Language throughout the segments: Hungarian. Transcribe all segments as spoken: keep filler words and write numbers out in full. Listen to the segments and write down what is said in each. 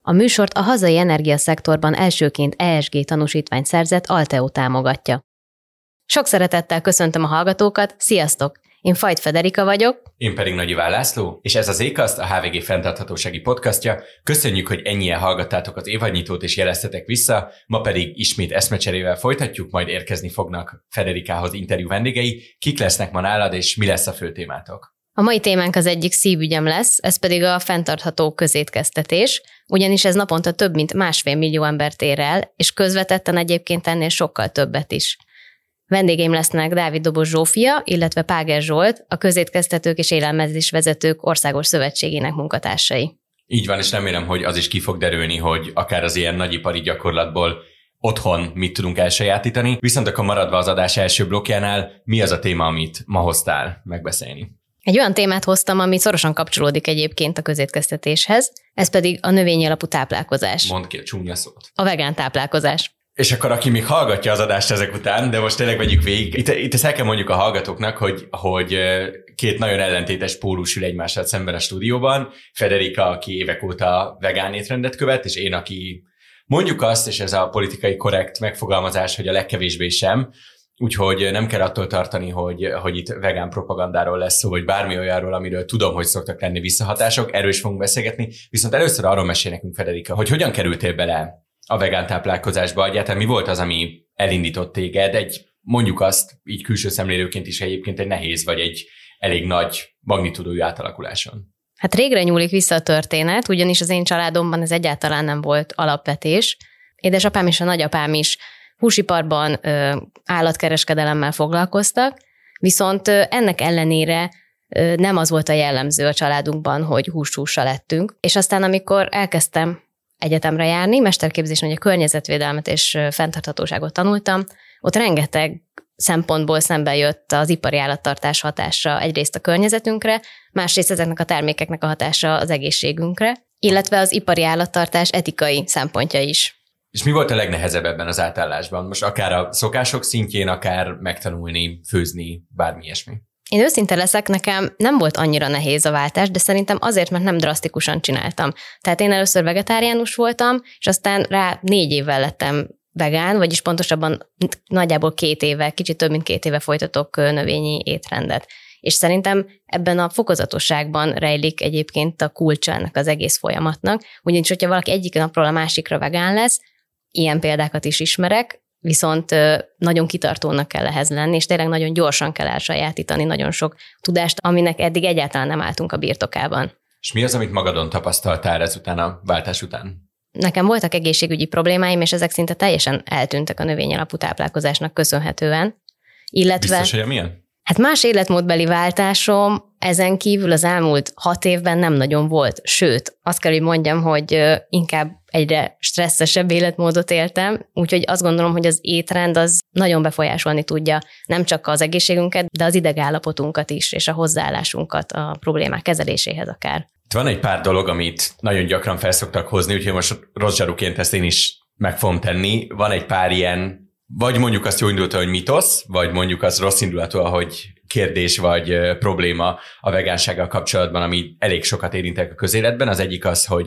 A műsort a hazai energiaszektorban elsőként E S G tanúsítványt szerzett Alteo támogatja. Sok szeretettel köszöntöm a hallgatókat, sziasztok! Én Fajt Federika vagyok. Én pedig Nagy Iván László, és ez az Ékaszt, a há vé gé fenntarthatósági podcastja. Köszönjük, hogy ennyien hallgattátok az évadnyitót és jeleztetek vissza, ma pedig ismét eszmecserével folytatjuk, majd érkezni fognak Federikához interjú vendégei. Kik lesznek ma nálad, és mi lesz a fő témátok? A mai témánk az egyik szívügyem lesz, ez pedig a fenntartható közétkeztetés, ugyanis ez naponta több mint másfél millió embert ér el, és közvetetten egyébként ennél sokkal többet is. Vendégeim lesznek Dávid Dobos Zsófia, illetve Páger Zsolt, a Közétkeztetők és Élelmezésvezetők Országos Szövetségének munkatársai. Így van, és remélem, hogy az is ki fog derülni, hogy akár az ilyen nagyipari gyakorlatból otthon mit tudunk elsajátítani. Viszont akkor maradva az adás első blokkjánál, mi az a téma, amit ma hoztál megbeszélni? Egy olyan témát hoztam, ami szorosan kapcsolódik egyébként a közétkeztetéshez, ez pedig a növényi alapú táplálkozás. Mondd ki a csúnya szót. A vegán táplálkozás. És akkor aki még hallgatja az adást ezek után, de most tényleg vegyük végig. Itt, itt ezt el kell mondjuk a hallgatóknak, hogy, hogy két nagyon ellentétes pólus ül egymással szemben a stúdióban. Federika, aki évek óta vegán étrendet követ, és én, aki mondjuk azt, és ez a politikai korrekt megfogalmazás, hogy a legkevésbé sem, úgyhogy nem kell attól tartani, hogy, hogy itt vegán propagandáról lesz szó, vagy bármi olyanról, amiről tudom, hogy szoktak lenni visszahatások, erről is fogunk beszélgetni. Viszont először arról mesél nekünk, Federika, hogy hogyan kerültél bele a vegán táplálkozásba, egyáltalán mi volt az, ami elindított téged, egy mondjuk azt így külső szemlélőként is egyébként egy nehéz, vagy egy elég nagy magnitúdójú átalakuláson? Hát régre nyúlik vissza a történet, ugyanis az én családomban ez egyáltalán nem volt alapvetés. Édesapám és a nagyapám is húsiparban ö, állatkereskedelemmel foglalkoztak, viszont ö, ennek ellenére ö, nem az volt a jellemző a családunkban, hogy hús-hússal ettünk. És aztán amikor elkezdtem egyetemre járni, mesterképzésen, hogy a környezetvédelmet és fenntarthatóságot tanultam, ott rengeteg szempontból szembe jött az ipari állattartás hatása egyrészt a környezetünkre, másrészt ezeknek a termékeknek a hatása az egészségünkre, illetve az ipari állattartás etikai szempontja is. És mi volt a legnehezebb ebben az átállásban? Most akár a szokások szintjén, akár megtanulni, főzni, bármi ilyesmi. Én őszinte leszek, nekem nem volt annyira nehéz a váltás, de szerintem azért, mert nem drasztikusan csináltam. Tehát én először vegetáriánus voltam, és aztán rá négy évvel lettem vegán, vagyis pontosabban nagyjából két éve, kicsit több mint két éve folytatok növényi étrendet. És szerintem ebben a fokozatosságban rejlik egyébként a kulcsa ennek az egész folyamatnak, ugyanis, hogyha valaki egyik napról a másikra vegán lesz, ilyen példákat is ismerek, viszont nagyon kitartónak kell ehhez lenni, és tényleg nagyon gyorsan kell elsajátítani nagyon sok tudást, aminek eddig egyáltalán nem álltunk a birtokában. És mi az, amit magadon tapasztaltál ezután a váltás után? Nekem voltak egészségügyi problémáim, és ezek szinte teljesen eltűntek a növényalapú táplálkozásnak köszönhetően. Illetve, biztos, hogy a milyen? Hát más életmódbeli váltásom ezen kívül az elmúlt hat évben nem nagyon volt. Sőt, azt kell, hogy mondjam, hogy inkább egyre stresszesebb életmódot éltem, úgyhogy azt gondolom, hogy az étrend az nagyon befolyásolni tudja nem csak az egészségünket, de az idegállapotunkat is, és a hozzáállásunkat a problémák kezeléséhez akár. Van egy pár dolog, amit nagyon gyakran felszoktak hozni, úgyhogy most rossz zsaruként ezt én is meg fogom tenni. Van egy pár ilyen, vagy mondjuk azt jó indulatú, hogy mitosz, vagy mondjuk az rossz indulatú, hogy kérdés vagy probléma a vegánsággal kapcsolatban, ami elég sokat érintek a közéletben. Az egyik az, hogy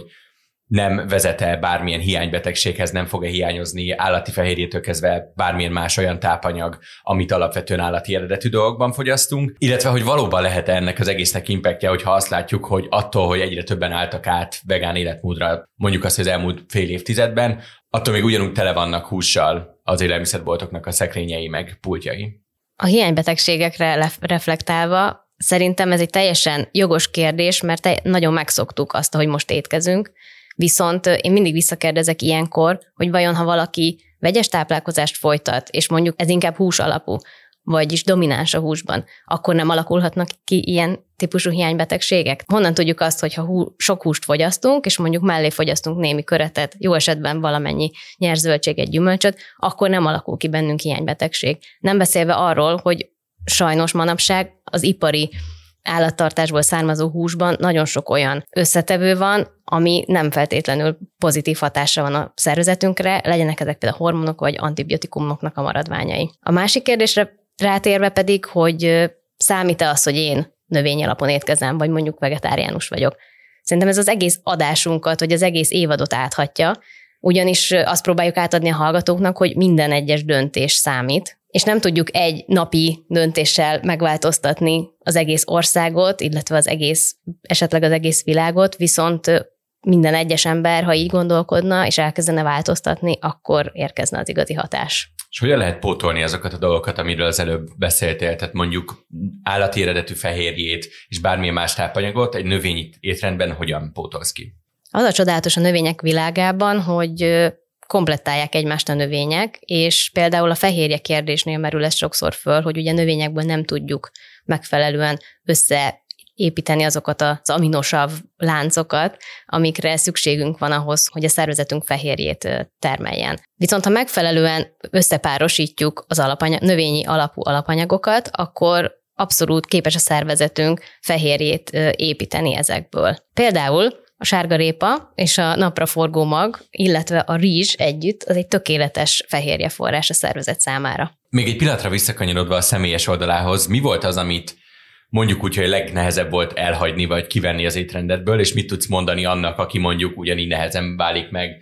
nem vezet-e bármilyen hiánybetegséghez, nem fog-e hiányozni állati fehérjétől kezdve bármilyen más olyan tápanyag, amit alapvetően állati eredetű dolgokban fogyasztunk, illetve hogy valóban lehet ennek az egésznek impactja, hogyha azt látjuk, hogy attól, hogy egyre többen álltak át vegán életmódra, mondjuk azt, hogy az elmúlt fél évtizedben, attól még ugyanúgy tele vannak hússal az élelmiszerboltoknak a szekrényei meg pultjai. A hiánybetegségekre reflektálva szerintem ez egy teljesen jogos kérdés, mert nagyon megszoktuk azt, hogy most étkezünk, viszont én mindig visszakérdezek ilyenkor, hogy vajon ha valaki vegyes táplálkozást folytat, és mondjuk ez inkább hús alapú, vagyis domináns a húsban, akkor nem alakulhatnak ki ilyen típusú hiánybetegségek? Honnan tudjuk azt, hogy ha hú, sok húst fogyasztunk, és mondjuk mellé fogyasztunk némi köretet, jó esetben valamennyi nyers zöldséget, gyümölcsöt, akkor nem alakul ki bennünk hiánybetegség. Nem beszélve arról, hogy sajnos manapság az ipari állattartásból származó húsban nagyon sok olyan összetevő van, ami nem feltétlenül pozitív hatásra van a szervezetünkre, legyenek ezek például hormonok vagy antibiotikumoknak a maradványai. A másik kérdésre rátérve pedig, hogy számít-e az, hogy én növényalapon étkezem, vagy mondjuk vegetáriánus vagyok. Szerintem ez az egész adásunkat, vagy az egész évadot áthatja, ugyanis azt próbáljuk átadni a hallgatóknak, hogy minden egyes döntés számít, és nem tudjuk egy napi döntéssel megváltoztatni az egész országot, illetve az egész, esetleg az egész világot, viszont minden egyes ember, ha így gondolkodna, és elkezdene változtatni, akkor érkezne az igazi hatás. És hogyan lehet pótolni azokat a dolgokat, amiről az előbb beszéltél, tehát mondjuk állati eredetű fehérjét és bármilyen más tápanyagot egy növényi étrendben hogyan pótolsz ki? Az a csodálatos a növények világában, hogy komplettálják egymást a növények, és például a fehérje kérdésnél merül ez sokszor föl, hogy ugye növényekből nem tudjuk megfelelően összeépíteni azokat az aminosav láncokat, amikre szükségünk van ahhoz, hogy a szervezetünk fehérjét termeljen. Viszont ha megfelelően összepárosítjuk az alapanyag, növényi alapú alapanyagokat, akkor abszolút képes a szervezetünk fehérjét építeni ezekből. Például a sárgarépa és a napraforgó mag, illetve a rizs együtt az egy tökéletes fehérjeforrás a szervezet számára. Még egy pillanatra visszakanyarodva a személyes oldalához, mi volt az, amit mondjuk úgy, hogy legnehezebb volt elhagyni vagy kivenni az étrendedből, és mit tudsz mondani annak, aki mondjuk ugyanígy nehezen válik meg,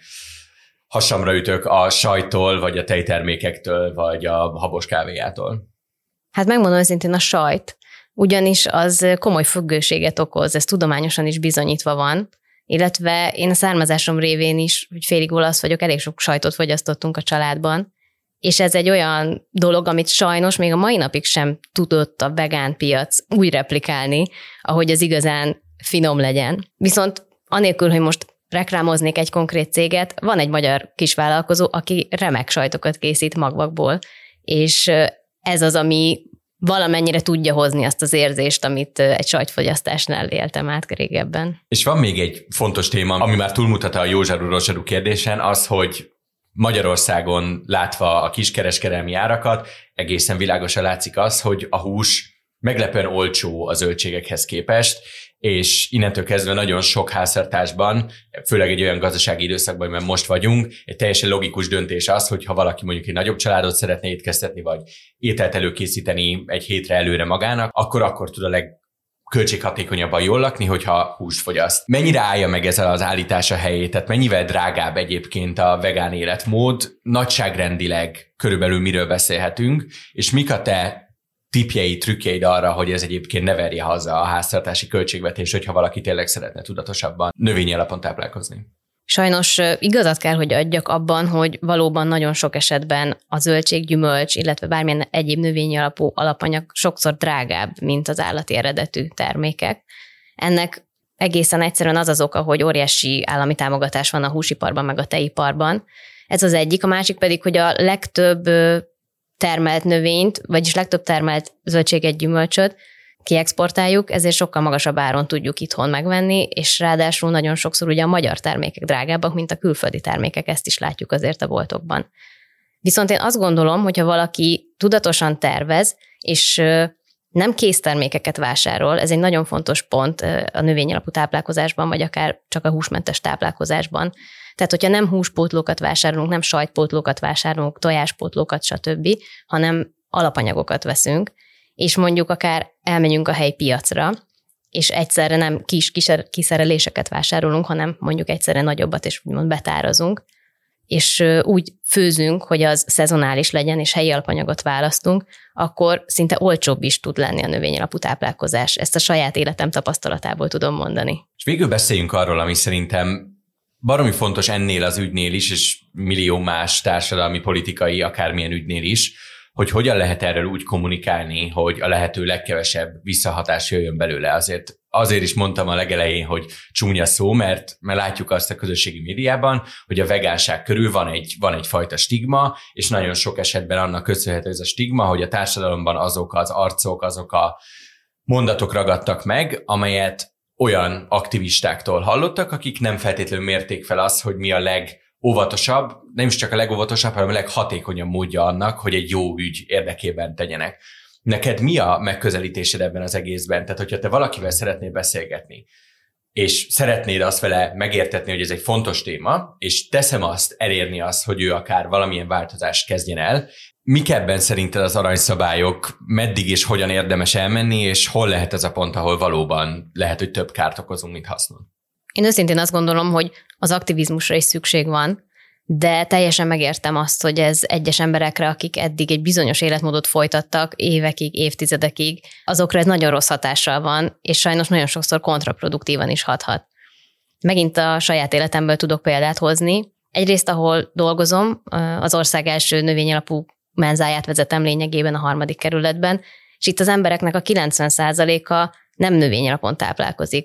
hasamra ütök a sajttól, vagy a tejtermékektől, vagy a habos kávéjától? Hát megmondom őszintén, a sajt, ugyanis az komoly függőséget okoz, ez tudományosan is bizonyítva van, illetve én a származásom révén is, hogy félig olasz vagyok, elég sok sajtot fogyasztottunk a családban, és ez egy olyan dolog, amit sajnos még a mai napig sem tudott a vegán piac úgy replikálni, ahogy az igazán finom legyen. Viszont anélkül, hogy most reklámoznék egy konkrét céget, van egy magyar kisvállalkozó, aki remek sajtokat készít magvakból, és ez az, ami valamennyire tudja hozni azt az érzést, amit egy sajtfogyasztásnál éltem át régebben. És van még egy fontos téma, ami már túlmutat a jó zsarú, rossz zsarú kérdésen, az, hogy Magyarországon látva a kiskereskedelmi árakat, egészen világosan látszik az, hogy a hús meglepően olcsó a zöldségekhez képest, és innentől kezdve nagyon sok háztartásban, főleg egy olyan gazdasági időszakban, amiben most vagyunk, egy teljesen logikus döntés az, hogy ha valaki mondjuk egy nagyobb családot szeretne étkeztetni, vagy ételt előkészíteni egy hétre előre magának, akkor akkor tud a legköltséghatékonyabban jól lakni, hogyha húst fogyaszt. Mennyire állja meg ezzel az állítás a helyét? Tehát mennyivel drágább egyébként a vegán életmód? Nagyságrendileg körülbelül miről beszélhetünk, és mik a te tippjei, trükkjeid arra, hogy ez egyébként ne verje haza a háztartási költségvetés, hogyha valaki tényleg szeretne tudatosabban növényi alapon táplálkozni? Sajnos igazat kell, hogy adjak abban, hogy valóban nagyon sok esetben a zöldség, gyümölcs, illetve bármilyen egyéb növényi alapú alapanyag sokszor drágább, mint az állati eredetű termékek. Ennek egészen egyszerűen az az oka, hogy óriási állami támogatás van a húsiparban, meg a tejiparban. Ez az egyik, a másik pedig, hogy a legtöbb termelt növényt, vagyis legtöbb termelt zöldséget, gyümölcsöt kiexportáljuk, ezért sokkal magasabb áron tudjuk itthon megvenni, és ráadásul nagyon sokszor ugye a magyar termékek drágábbak, mint a külföldi termékek, ezt is látjuk azért a boltokban. Viszont én azt gondolom, hogyha valaki tudatosan tervez, és nem késztermékeket vásárol, ez egy nagyon fontos pont a növényalapú táplálkozásban, vagy akár csak a húsmentes táplálkozásban. Tehát, hogyha nem húspótlókat vásárolunk, nem sajtpótlókat vásárolunk, tojáspótlókat, stb., hanem alapanyagokat veszünk, és mondjuk akár elmegyünk a helyi piacra, és egyszerre nem kis kiszereléseket vásárolunk, hanem mondjuk egyszerre nagyobbat, és úgymond betárazunk, és úgy főzünk, hogy az szezonális legyen, és helyi alapanyagot választunk, akkor szinte olcsóbb is tud lenni a növényalapú táplálkozás. Ezt a saját életem tapasztalatából tudom mondani. És végül beszéljünk arról, ami szerintem baromi fontos ennél az ügynél is, és millió más társadalmi, politikai, akármilyen ügynél is, hogy hogyan lehet erről úgy kommunikálni, hogy a lehető legkevesebb visszahatás jöjjön belőle. Azért, azért is mondtam a legelején, hogy csúnya szó, mert, mert látjuk azt a közösségi médiában, hogy a vegánság körül van egy, van egyfajta stigma, és nagyon sok esetben annak köszönhető ez a stigma, hogy a társadalomban azok az arcok, azok a mondatok ragadtak meg, amelyet olyan aktivistáktól hallottak, akik nem feltétlenül mérték fel azt, hogy mi a legóvatosabb, nem is csak a legóvatosabb, hanem a leghatékonyabb módja annak, hogy egy jó ügy érdekében tegyenek. Neked mi a megközelítésed ebben az egészben? Tehát, hogyha te valakivel szeretnél beszélgetni, és szeretnéd azt vele megértetni, hogy ez egy fontos téma, és teszem azt, elérni azt, hogy ő akár valamilyen változást kezdjen el, mik ebben szerinted az aranyszabályok, meddig és hogyan érdemes elmenni, és hol lehet ez a pont, ahol valóban lehet, hogy több kárt okozunk, mint hasznot? Én őszintén azt gondolom, hogy az aktivizmusra is szükség van, de teljesen megértem azt, hogy ez egyes emberekre, akik eddig egy bizonyos életmódot folytattak évekig, évtizedekig, azokra ez nagyon rossz hatással van, és sajnos nagyon sokszor kontraproduktívan is hathat. Megint a saját életemből tudok példát hozni. Egyrészt, ahol dolgozom, az ország első növényalapú menzáját vezetem lényegében a harmadik kerületben, és itt az embereknek a kilencven százaléka nem növényalapon táplálkozik.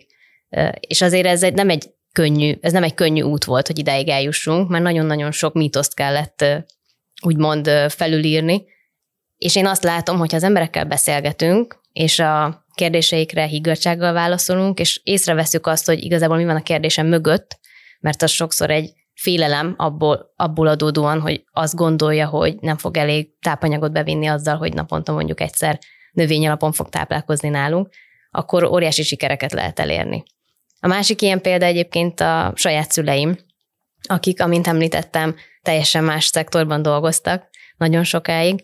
És azért ez egy, nem egy könnyű, ez nem egy könnyű út volt, hogy idáig eljussunk, mert nagyon-nagyon sok mítoszt kellett úgymond felülírni, és én azt látom, hogy ha az emberekkel beszélgetünk, és a kérdéseikre higgadtsággal válaszolunk, és észreveszünk azt, hogy igazából mi van a kérdésem mögött, mert az sokszor egy félelem abból, abból adódóan, hogy azt gondolja, hogy nem fog elég tápanyagot bevinni azzal, hogy naponta mondjuk egyszer növényalapon fog táplálkozni nálunk, akkor óriási sikereket lehet elérni. A másik ilyen példa egyébként a saját szüleim, akik, amint említettem, teljesen más szektorban dolgoztak nagyon sokáig,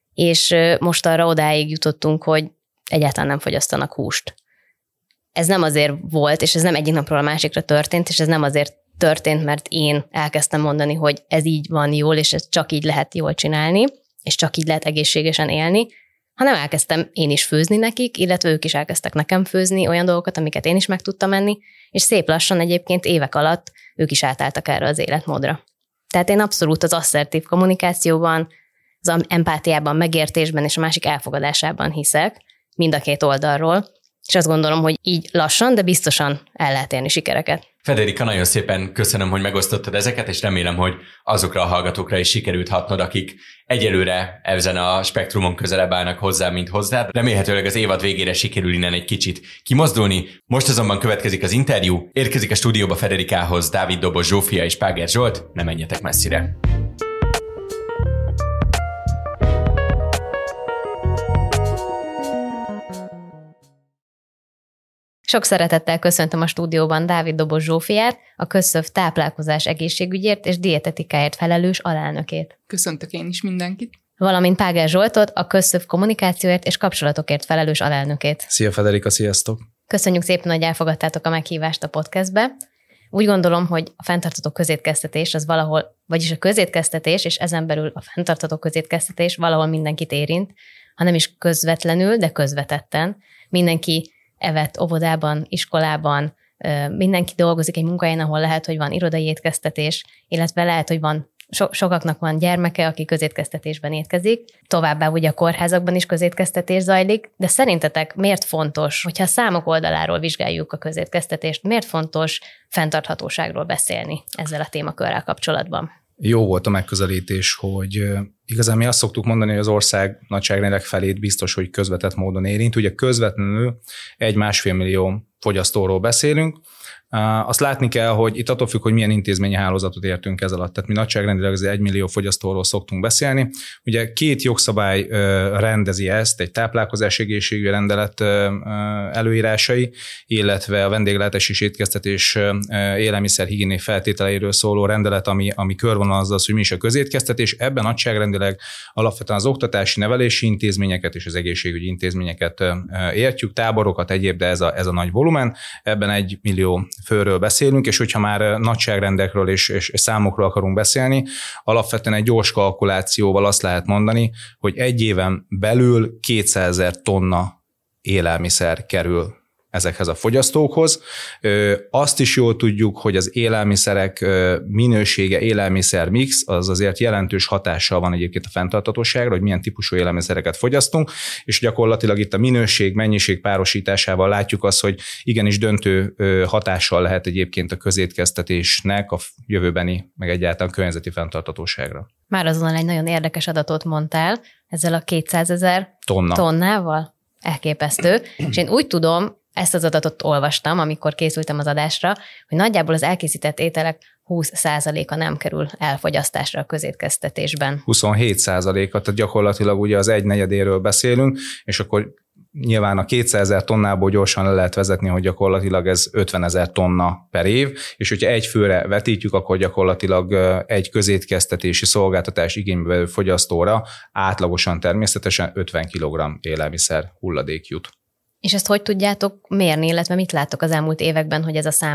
és most arra odáig jutottunk, hogy egyáltalán nem fogyasztanak húst. Ez nem azért volt, és ez nem egyik napról a másikra történt, és ez nem azért történt, mert én elkezdtem mondani, hogy ez így van jól, és ez csak így lehet jól csinálni, és csak így lehet egészségesen élni, hanem elkezdtem én is főzni nekik, illetve ők is elkezdtek nekem főzni olyan dolgokat, amiket én is meg tudtam enni, és szép lassan egyébként évek alatt ők is átálltak erre az életmódra. Tehát én abszolút az asszertív kommunikációban, az empátiában, megértésben és a másik elfogadásában hiszek, mind a két oldalról, és azt gondolom, hogy így lassan, de biztosan el lehet érni sikereket. Federica, nagyon szépen köszönöm, hogy megosztottad ezeket, és remélem, hogy azokra a hallgatókra is sikerült hatnod, akik egyelőre ezen a spektrumon közelebb állnak hozzá, mint hozzá. Remélhetőleg az évad végére sikerül innen egy kicsit kimozdulni. Most azonban következik az interjú. Érkezik a stúdióba Federikához Dávid Dobos Zsófia és Páger Zsolt. Ne menjetek messzire. Sok szeretettel köszöntöm a stúdióban Dávid Dobos Zsófiát, a Közszöv táplálkozás egészségügyért és dietetikáért felelős alelnökét. Köszöntök én is mindenkit. Valamint Páger Zsoltot, a Közszöv kommunikációért és kapcsolatokért felelős alelnökét. Szia Federica, sziasztok! Köszönjük szépen, hogy elfogadtátok a meghívást a podcastbe. Úgy gondolom, hogy a fenntartható közétkeztetés az valahol, vagyis a közétkeztetés, és ezen belül a fenntartható közétkeztetés valahol mindenkit érint, ha nem is közvetlenül, de közvetetten. Mindenki evett óvodában, iskolában, mindenki dolgozik egy munkahelyen, ahol lehet, hogy van irodai étkeztetés, illetve lehet, hogy van so- sokaknak van gyermeke, aki közétkeztetésben étkezik. Továbbá ugye a kórházakban is közétkeztetés zajlik, de szerintetek miért fontos, hogyha a számok oldaláról vizsgáljuk a közétkeztetést, miért fontos fenntarthatóságról beszélni ezzel a témakörrel kapcsolatban? Jó volt a megközelítés, hogy igazán mi azt szoktuk mondani, hogy az ország nagyságrendileg felét biztos, hogy közvetett módon érint. Ugye közvetlenül egy-másfél millió fogyasztóról beszélünk. Azt látni kell, hogy itt attól függ, hogy milyen intézményi hálózatot értünk ez alatt. Tehát mi nagyságrendileg az egy millió fogyasztóról szoktunk beszélni. Ugye két jogszabály rendezi ezt, egy táplálkozás egészségügyi rendelet előírásai, illetve a vendéglátás és étkeztetés élelmiszerhigiéniai feltételeiről szóló rendelet, ami, ami körvonalazza az, hogy mi is a közétkeztetés. Ebben nagyságrendileg alapvetően az oktatási, nevelési intézményeket és az egészségügyi intézményeket értjük, táborokat, egyéb, de ez a, ez a nagy volumen. Ebben egy millió főről beszélünk, és hogyha már nagyságrendekről és, és számokról akarunk beszélni, alapvetően egy gyors kalkulációval azt lehet mondani, hogy egy éven belül kétszázezer tonna élelmiszer kerül ezekhez a fogyasztókhoz. Azt is jól tudjuk, hogy az élelmiszerek minősége, élelmiszer mix, az azért jelentős hatással van egyébként a fenntarthatóságra, hogy milyen típusú élelmiszereket fogyasztunk, és gyakorlatilag itt a minőség, mennyiség párosításával látjuk azt, hogy igenis döntő hatással lehet egyébként a közétkeztetésnek a jövőbeni, meg egyáltalán környezeti fenntarthatóságra. Már azonnal egy nagyon érdekes adatot mondtál, ezzel a kétszázezer Tonna. tonnával. Elképesztő. És én úgy tudom, ezt az adatot olvastam, amikor készültem az adásra, hogy nagyjából az elkészített ételek húsz százaléka nem kerül elfogyasztásra a közétkeztetésben. huszonhét százaléka, tehát gyakorlatilag ugye az egy negyedéről beszélünk, és akkor nyilván a kétszázezer tonnából gyorsan le lehet vezetni, hogy gyakorlatilag ez ötvenezer tonna per év, és hogyha egy főre vetítjük, akkor gyakorlatilag egy közétkeztetési szolgáltatás igénybe vevő fogyasztóra átlagosan természetesen ötven kilogramm élelmiszer hulladék jut. És ezt hogy tudjátok mérni, illetve mit láttok az elmúlt években, hogy ez a szám ez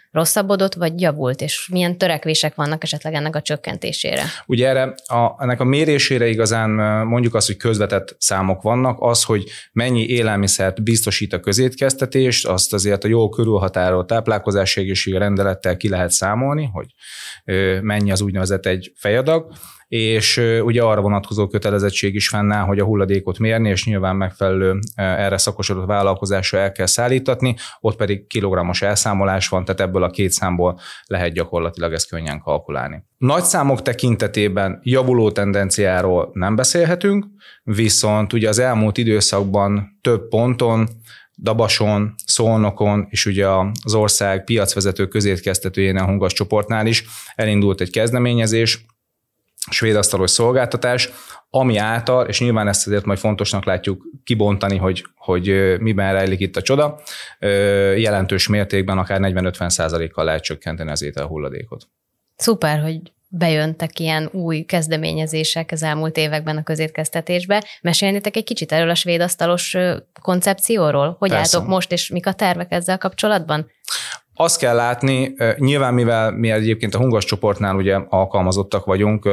rosszabbodott, vagy javult, és milyen törekvések vannak esetleg ennek a csökkentésére? Ugye erre a, ennek a mérésére igazán mondjuk azt, hogy közvetett számok vannak, az, hogy mennyi élelmiszert biztosít a közétkeztetést, azt azért a jól körülhatárolt táplálkozási egészségügyi rendelettel ki lehet számolni, hogy mennyi az úgynevezett egy fejadag, és ugye arra vonatkozó kötelezettség is fennáll, hogy a hulladékot mérni, és nyilván megfelelő erre szakosodott vállalkozásra el kell szállítatni, ott pedig kilogrammos elszámolás van, tehát ebből a két számból lehet gyakorlatilag ezt könnyen kalkulálni. Nagy számok tekintetében javuló tendenciáról nem beszélhetünk, viszont ugye az elmúlt időszakban több ponton, Dabason, Szolnokon és ugye az ország piacvezető közétkeztetőjénél, a Hungas csoportnál is elindult egy kezdeményezés, svédasztalos szolgáltatás, ami által, és nyilván ezt azért majd fontosnak látjuk kibontani, hogy, hogy miben rejlik itt a csoda, jelentős mértékben akár negyven-ötven százalékkal lehet csökkenteni az ételhulladékot. Szuper, hogy bejöntek ilyen új kezdeményezések az elmúlt években a közétkeztetésbe. Mesélnétek egy kicsit erről a svédasztalos koncepcióról? Hogy Persze. álltok most, és mik a tervek ezzel kapcsolatban? Azt kell látni, nyilván mivel mi egyébként a Hungas csoportnál ugye alkalmazottak vagyunk,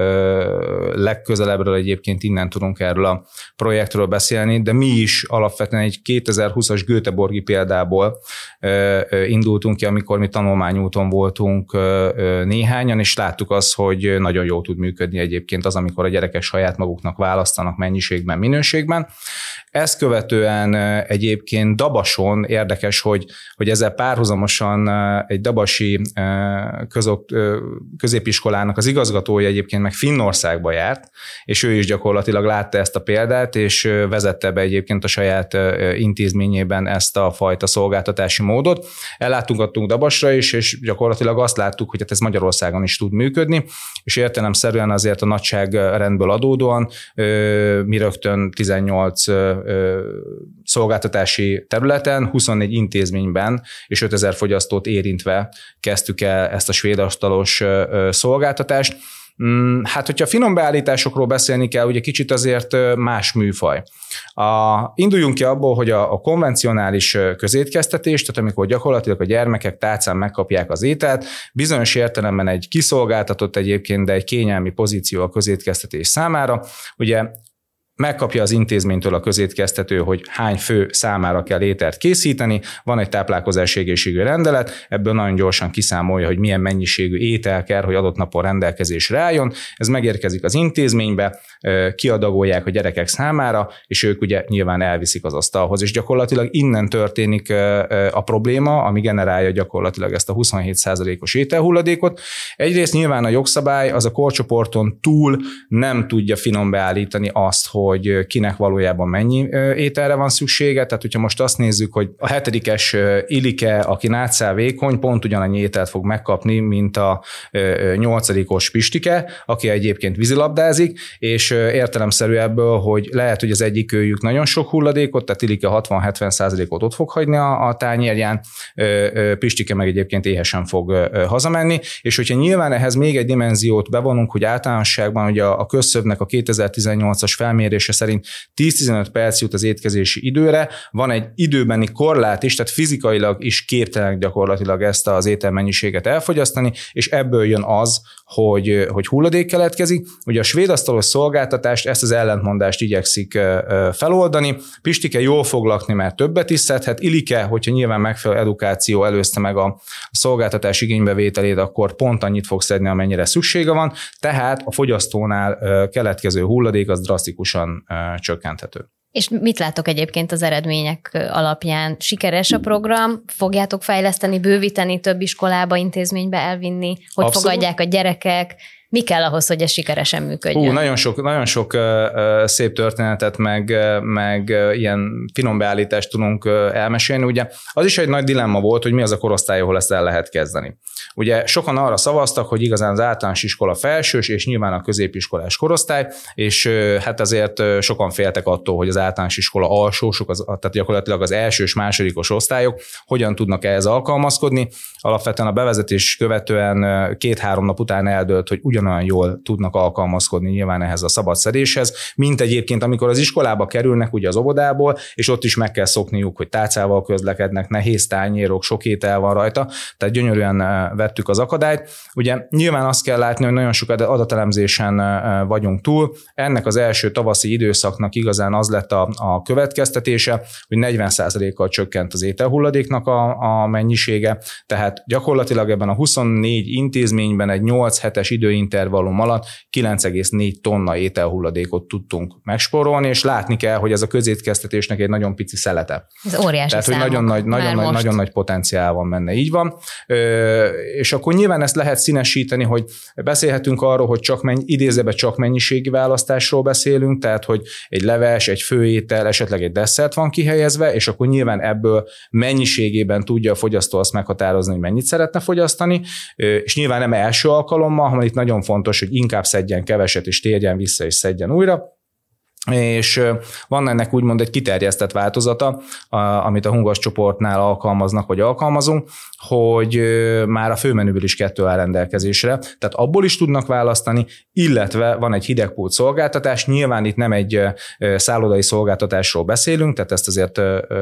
legközelebbről egyébként innen tudunk erről a projektről beszélni, de mi is alapvetően egy kétezer-húszas Göteborgi példából indultunk ki, amikor mi tanulmányúton voltunk néhányan, és láttuk azt, hogy nagyon jól tud működni egyébként az, amikor a gyerekek saját maguknak választanak mennyiségben, minőségben. Ezt követően egyébként Dabason érdekes, hogy, hogy ezzel párhuzamosan egy dabasi közok, középiskolának az igazgatója egyébként meg Finnországba járt, és ő is gyakorlatilag látta ezt a példát, és vezette be egyébként a saját intézményében ezt a fajta szolgáltatási módot. Ellátogattunk Dabasra is, és gyakorlatilag azt láttuk, hogy hát ez Magyarországon is tud működni, és értelemszerűen azért a nagyságrendből adódóan mi rögtön tizennyolc szolgáltatási területen, huszonnégy intézményben és ötezer fogyasztót érintve kezdtük el ezt a svédasztalos szolgáltatást. Hát, hogyha finom beállításokról beszélni kell, ugye kicsit azért más műfaj. A, induljunk ki abból, hogy a, a konvencionális közétkeztetés, tehát amikor gyakorlatilag a gyermekek tálcán megkapják az ételt, bizonyos értelemben egy kiszolgáltatott egyébként, de egy kényelmi pozíció a közétkeztetés számára. Ugye megkapja az intézménytől a közétkeztető, hogy hány fő számára kell ételt készíteni, van egy táplálkozási egészségügyi rendelet, ebből nagyon gyorsan kiszámolja, hogy milyen mennyiségű étel kell, hogy adott napon rendelkezésre álljon. Ez megérkezik az intézménybe, kiadagolják a gyerekek számára, és ők ugye nyilván elviszik az asztalhoz, és gyakorlatilag innen történik a probléma, ami generálja gyakorlatilag ezt a huszonhét százalékos ételhulladékot. Egyrészt nyilván a jogszabály az a korcsoporton túl nem tudja finom beállítani azt, hogy kinek valójában mennyi ételre van szüksége. Tehát, hogyha most azt nézzük, hogy a hetedikes Ilike, aki nátszál vékony, pont ugyanannyi ételt fog megkapni, mint a nyolcadikos Pistike, aki egyébként vízilabdázik, és értelemszerű ebből, hogy lehet, hogy az egyik őjük nagyon sok hulladékot, tehát Ilike hatvan-hetven százalékot ott fog hagyni a, a tányérján, Pistike meg egyébként éhesen fog hazamenni, és hogyha nyilván ehhez még egy dimenziót bevonunk, hogy általánosságban ugye a közszövnek a kétezer-tizennyolcas felmérése szerint tíz-tizenöt perc jut az étkezési időre, van egy időbeni korlát is, tehát fizikailag is képtelenek gyakorlatilag ezt az ételmennyiséget elfogyasztani, és ebből jön az, hogy, hogy hulladék keletkezik. Ugye a svédasztalos szolgáltatást, ezt az ellentmondást igyekszik feloldani. Pistike jól fog lakni, mert többet is szedhet. Ilike, hogyha nyilván megfelelő edukáció előzte meg a szolgáltatás igénybevételét, akkor pont annyit fog szedni, amennyire szüksége van. Tehát a fogyasztónál keletkező hulladék az drasztikusan csökkenthető. És mit látok egyébként az eredmények alapján? Sikeres a program? Fogjátok fejleszteni, bővíteni, több iskolába, intézménybe elvinni? Hogy Abszolút. Fogadják a gyerekek? Mi kell ahhoz, hogy ez sikeresen működjön? Hú, nagyon sok, nagyon sok uh, szép történetet, meg, uh, meg uh, ilyen finom beállítást tudunk uh, elmesélni. Ugye az is egy nagy dilemma volt, hogy mi az a korosztály, ahol ezt el lehet kezdeni. Ugye sokan arra szavaztak, hogy igazán az általános iskola felsős, és nyilván a középiskolás korosztály, és uh, hát azért uh, sokan féltek attól, hogy az általános iskola alsósok, az, tehát gyakorlatilag az elsős, másodikos osztályok hogyan tudnak ehhez alkalmazkodni. Alapvetően a bevezetés követően uh, két-három nap után eldőlt, hogy ugyanaz ugyanolyan jól tudnak alkalmazkodni nyilván ehhez a szabadszedéshez, mint egyébként, amikor az iskolába kerülnek ugye az óvodából, és ott is meg kell szokniuk, hogy tálcával közlekednek, nehéz tányérok, sok étel van rajta, tehát gyönyörűen vettük az akadályt. Ugye nyilván azt kell látni, hogy nagyon sok adatelemzésen vagyunk túl. Ennek az első tavaszi időszaknak igazán az lett a, a következtetése, hogy negyven százalékkal csökkent az ételhulladéknak a, a mennyisége, tehát gyakorlatilag ebben a huszonnégy intézményben egy nyolc hetes időintervallum alatt kilenc egész négy tonna ételhulladékot tudtunk megspórolni, és látni kell, hogy ez a közétkeztetésnek egy nagyon pici szelete. Ez óriási Tehát, hogy számok. nagyon nagy, nagyon, nagy, nagyon nagy potenciál van benne, így van. Ö, és akkor nyilván ezt lehet színesíteni, hogy beszélhetünk arról, hogy csak menny, idézőbe csak mennyiségi választásról beszélünk, tehát, hogy egy leves, egy főétel, esetleg egy desszert van kihelyezve, és akkor nyilván ebből mennyiségében tudja a fogyasztó azt meghatározni, hogy mennyit szeretne fogyasztani, és nyilván nem első alkalommal, hanem itt nagyon fontos, hogy inkább szedjen keveset, és térjen vissza, és szedjen újra. És van ennek úgymond egy kiterjesztett változata, amit a hungos csoportnál alkalmaznak, vagy alkalmazunk, hogy már a főmenüből is kettő áll rendelkezésre, tehát abból is tudnak választani, illetve van egy hidegpult szolgáltatás, nyilván itt nem egy szállodai szolgáltatásról beszélünk, tehát ezt azért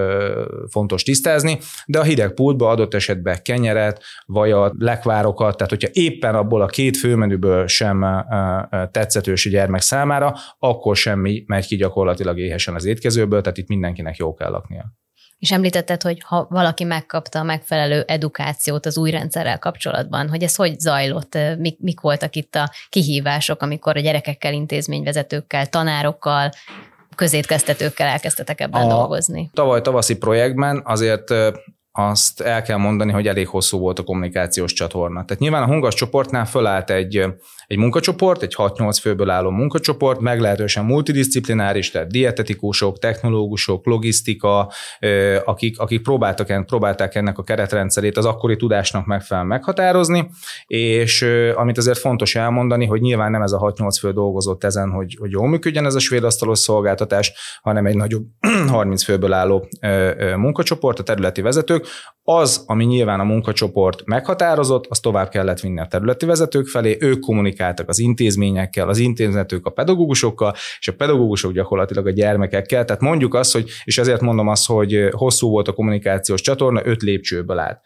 fontos tisztázni, de a hidegpultba adott esetben kenyeret, vagy a lekvárokat, tehát hogyha éppen abból a két főmenüből sem tetszetős a gyermek számára, akkor semmi megy ki gyakorlatilag éhesen az étkezőből, tehát itt mindenkinek jó kell laknia. És említetted, hogy ha valaki megkapta a megfelelő edukációt az új rendszerrel kapcsolatban, hogy ez hogy zajlott, mik, mik voltak itt a kihívások, amikor a gyerekekkel, intézményvezetőkkel, tanárokkal, közétkeztetőkkel elkezdtetek ebben a dolgozni? Tavaly tavaszi projektben azért azt el kell mondani, hogy elég hosszú volt a kommunikációs csatorna. Tehát nyilván a Hungas csoportnál fölállt egy, egy munkacsoport, egy hat-nyolc főből álló munkacsoport, meglehetősen multidisciplináris, tehát dietetikusok, technológusok, logisztika, akik, akik próbáltak, próbálták ennek a keretrendszerét az akkori tudásnak megfelelően meghatározni, és amit azért fontos elmondani, hogy nyilván nem ez a hat-nyolc fő dolgozott ezen, hogy, hogy jól működjen ez a svédasztalos szolgáltatás, hanem egy nagyobb harminc főből álló munkacsoport, a területi vezetők. Az, ami nyilván a munkacsoport meghatározott, az tovább kellett vinni a területi vezetők felé, ők kommunikáltak az intézményekkel, az intézetők a pedagógusokkal, és a pedagógusok gyakorlatilag a gyermekekkel. Tehát mondjuk azt, hogy, és ezért mondom azt, hogy hosszú volt a kommunikációs csatorna, öt lépcsőből állt.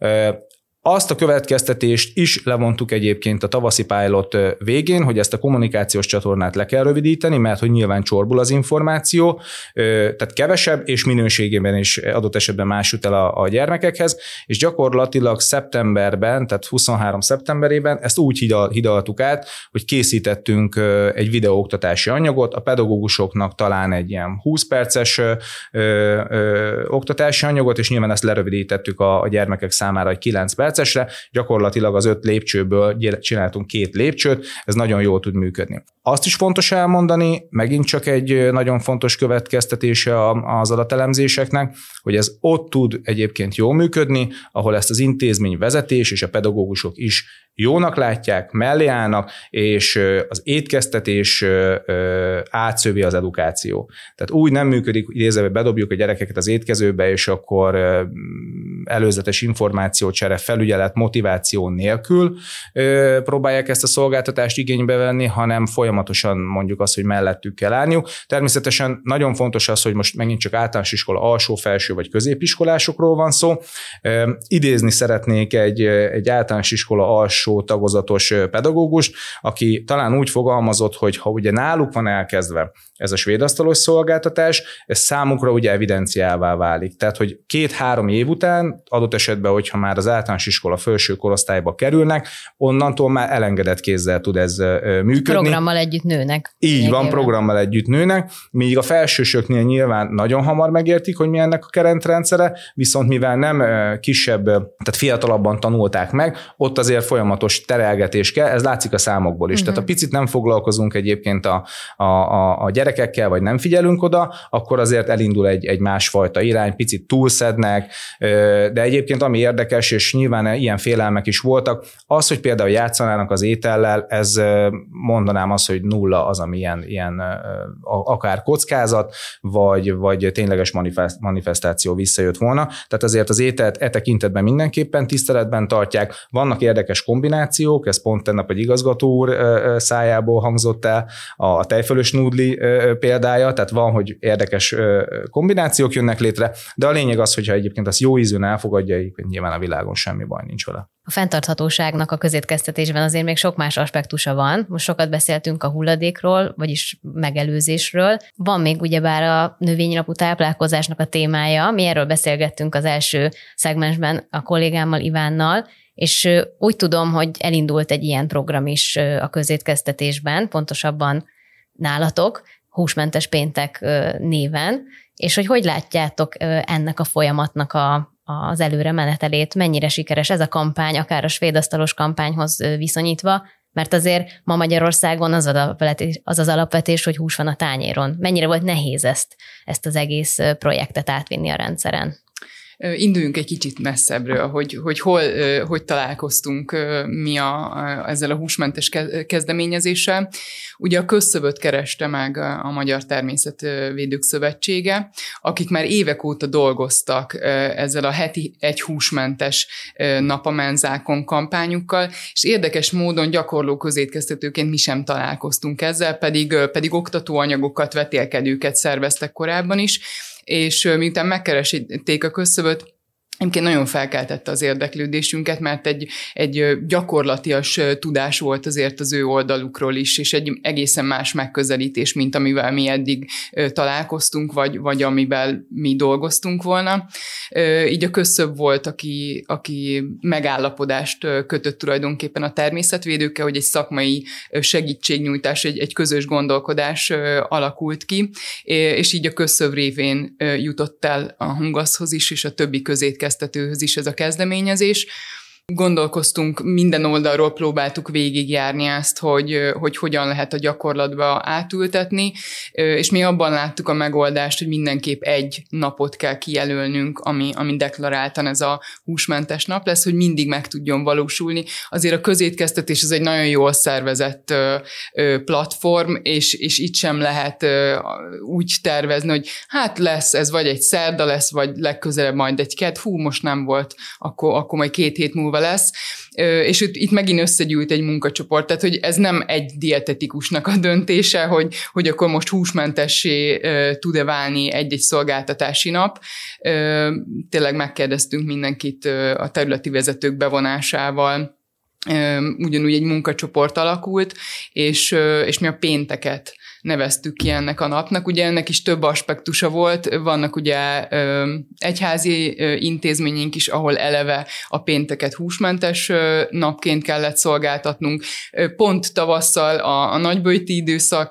Azt a következtetést is levontuk egyébként a tavaszi pilot végén, hogy ezt a kommunikációs csatornát le kell rövidíteni, mert hogy nyilván csorbul az információ, tehát kevesebb és minőségében is adott esetben más jut el a, a gyermekekhez, és gyakorlatilag szeptemberben, tehát huszonhárom szeptemberében ezt úgy hidal, hidaltuk át, hogy készítettünk egy videóoktatási anyagot, a pedagógusoknak talán egy ilyen húsz perces ö, ö, oktatási anyagot, és nyilván ezt lerövidítettük a, a gyermekek számára egy kilenc perc, gyakorlatilag az öt lépcsőből csináltunk két lépcsőt, ez nagyon jól tud működni. Azt is fontos elmondani, megint csak egy nagyon fontos következtetése az adatelemzéseknek, hogy ez ott tud egyébként jól működni, ahol ezt az intézmény vezetés és a pedagógusok is jónak látják, mellé állnak, és az étkeztetés átszövi az edukáció. Tehát úgy nem működik, idézve, bedobjuk a gyerekeket az étkezőbe, és akkor előzetes információcsere, felügyelet, motiváció nélkül próbálják ezt a szolgáltatást igénybe venni, hanem folyamatosan mondjuk azt, hogy mellettük kell állniuk. Természetesen nagyon fontos az, hogy most megint csak általános iskola alsó, felső vagy középiskolásokról van szó. Idézni szeretnék egy, egy általános iskola alsó tagozatos pedagógust, aki talán úgy fogalmazott, hogy ha ugye náluk van elkezdve ez a svédasztalos szolgáltatás, ez számukra ugye evidenciává válik. Tehát, hogy két-három év után, adott esetben, hogyha már az általános iskola felső korosztályba kerülnek, onnantól már elengedett kézzel tud ez működni. Programmal együtt nőnek. Így van, programmal együtt nőnek, míg a felsősöknél nyilván nagyon hamar megértik, hogy mi ennek a keretrendszere, viszont mivel nem kisebb, tehát fiatalabban tanulták meg, ott azért folyamatos terelgetés kell, ez látszik a számokból is. Uh-huh. Tehát ha picit nem foglalkozunk egyébként a, a, a, a gyerekekkel, vagy nem figyelünk oda, akkor azért elindul egy, egy másfajta irány, picit túlszednek, de egyébként ami érdekes, és nyilván ilyen félelmek is voltak, az, hogy például játszanának az étellel, ez mondanám azt, hogy nulla az, ami ilyen, ilyen akár kockázat, vagy, vagy tényleges manifestáció visszajött volna. Tehát azért az ételt e tekintetben mindenképpen tiszteletben tartják. Vannak érdekes kombinációk, kombinációk, ez pont tennap egy igazgató úr szájából hangzott el, a tejfölös nudli példája, tehát van, hogy érdekes kombinációk jönnek létre, de a lényeg az, hogyha egyébként azt jó ízűn elfogadja, nyilván a világon semmi baj nincs vele. A fenntarthatóságnak a közétkeztetésben azért még sok más aspektusa van. Most sokat beszéltünk a hulladékról, vagyis megelőzésről. Van még ugyebár a növényalapú táplálkozásnak a témája. Mi erről beszélgettünk az első szegmensben a kollégámmal, Ivánnal, és úgy tudom, hogy elindult egy ilyen program is a közétkeztetésben, pontosabban nálatok, Húsmentes péntek néven, és hogy hogy látjátok ennek a folyamatnak a az előre menetelét, mennyire sikeres ez a kampány, akár a svédasztalos kampányhoz viszonyítva, mert azért ma Magyarországon az, alapvetés, az az alapvetés, hogy hús van a tányéron. Mennyire volt nehéz ezt, ezt az egész projektet átvinni a rendszeren? Induljunk egy kicsit messzebbről, hogy, hogy hol, hogy találkoztunk mi a, ezzel a húsmentes kezdeményezéssel. Ugye a Közszövöt kereste meg a Magyar Természetvédők Szövetsége, akik már évek óta dolgoztak ezzel a heti egy húsmentes nap a menzákon kampányukkal, és érdekes módon gyakorló közétkeztetőként mi sem találkoztunk ezzel, pedig, pedig oktatóanyagokat, vetélkedőket szerveztek korábban is, és miután megkeresték a Közszövöt, egyébként nagyon felkeltette az érdeklődésünket, mert egy, egy gyakorlatias tudás volt azért az ő oldalukról is, és egy egészen más megközelítés, mint amivel mi eddig találkoztunk, vagy, vagy amivel mi dolgoztunk volna. Így a Közszöv volt, aki, aki megállapodást kötött tulajdonképpen a természetvédőkkel, hogy egy szakmai segítségnyújtás, egy, egy közös gondolkodás alakult ki, és így a Közszöv révén jutott el a Hungaszhoz is, és a többi közétkeztetőhöz is ez a kezdeményezés. Gondolkoztunk, minden oldalról próbáltuk végigjárni ezt, hogy, hogy hogyan lehet a gyakorlatba átültetni, és mi abban láttuk a megoldást, hogy mindenképp egy napot kell kijelölnünk, ami, ami deklaráltan ez a húsmentes nap lesz, hogy mindig meg tudjon valósulni. Azért a közétkeztetés ez egy nagyon jól szervezett platform, és, és itt sem lehet úgy tervezni, hogy hát lesz, ez vagy egy szerda lesz, vagy legközelebb majd egy kedd, hú, most nem volt, akkor, akkor majd két hét múlva lesz, és itt megint összegyűlt egy munkacsoport, tehát hogy ez nem egy dietetikusnak a döntése, hogy, hogy akkor most húsmentessé tud-e válni egy-egy szolgáltatási nap. Tényleg megkérdeztünk mindenkit a területi vezetők bevonásával, ugyanúgy egy munkacsoport alakult, és, és mi a pénteket neveztük ki ennek a napnak. Ugye ennek is több aspektusa volt, vannak ugye egyházi intézményünk is, ahol eleve a pénteket húsmentes napként kellett szolgáltatnunk. Pont tavasszal a, a nagyböjti időszak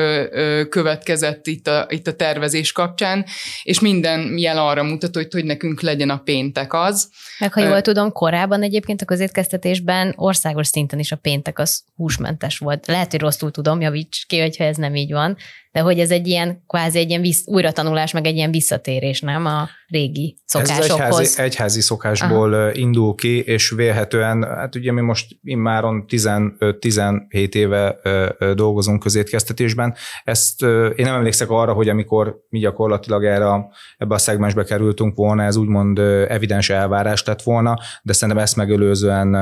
következett itt a, itt a tervezés kapcsán, és minden jel arra mutat, hogy, hogy nekünk legyen a péntek az. Meg ha jól tudom, korábban egyébként a közétkeztetésben országos szinten is a péntek az húsmentes volt. Lehet, hogy rosszul tudom, javíts ki, hogyha ez nem így van, de hogy ez egy ilyen kvázi egy ilyen vissz, újratanulás, meg egy ilyen visszatérés, nem a régi szokásokhoz. Ez egyházi, egyházi szokásból Aha. indul ki, és vélhetően, hát ugye mi most immáron tizenöt-tizenhét éve dolgozunk közétkeztetésben. Ezt én nem emlékszek arra, hogy amikor mi gyakorlatilag erre a, ebbe a szegmensbe kerültünk volna, ez úgymond evidens elvárás lett volna, de szerintem ezt megelőzően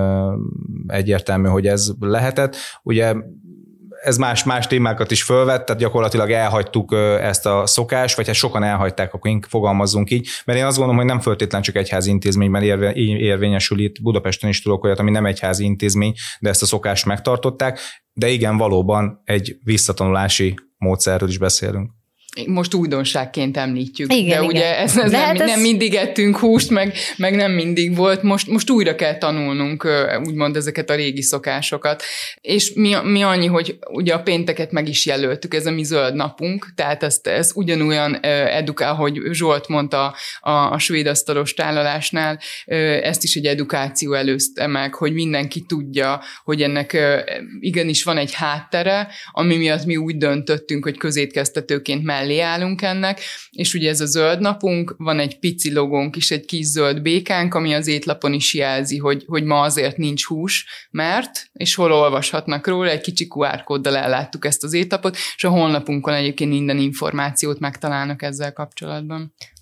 egyértelmű, hogy ez lehetett. Ugye ez más, más témákat is fölvett, tehát gyakorlatilag elhagytuk ezt a szokást, vagy hát sokan elhagyták, akkor fogalmazzunk így, mert én azt gondolom, hogy nem feltétlen csak egyházi intézményben érve, érvényesül, itt Budapesten is tudok olyat, ami nem egyházi intézmény, de ezt a szokást megtartották, de igen, valóban egy visszatanulási módszerről is beszélünk. Most újdonságként említjük, igen, de igen. ugye ez, ez nem, ez... nem mindig ettünk húst, meg, meg nem mindig volt, most, most újra kell tanulnunk úgymond ezeket a régi szokásokat. És mi, mi annyi, hogy ugye a pénteket meg is jelöltük, ez a mi zöld napunk, tehát ezt, ez ugyanolyan edukál, hogy Zsolt mondta a, a svéd asztalos tálalásnál, ezt is egy edukáció előzte meg, hogy mindenki tudja, hogy ennek igenis van egy háttere, ami miatt mi úgy döntöttünk, hogy közétkeztetőként mellé állunk ennek, és ugye ez a zöld napunk, van egy pici logónk is, egy kis zöld békánk, ami az étlapon is jelzi, hogy, hogy ma azért nincs hús, mert, és hol olvashatnak róla, egy kicsi kú ár kóddal elláttuk ezt az étlapot, és a honlapunkon egyébként minden információt megtalálnak ezzel kapcsolatban.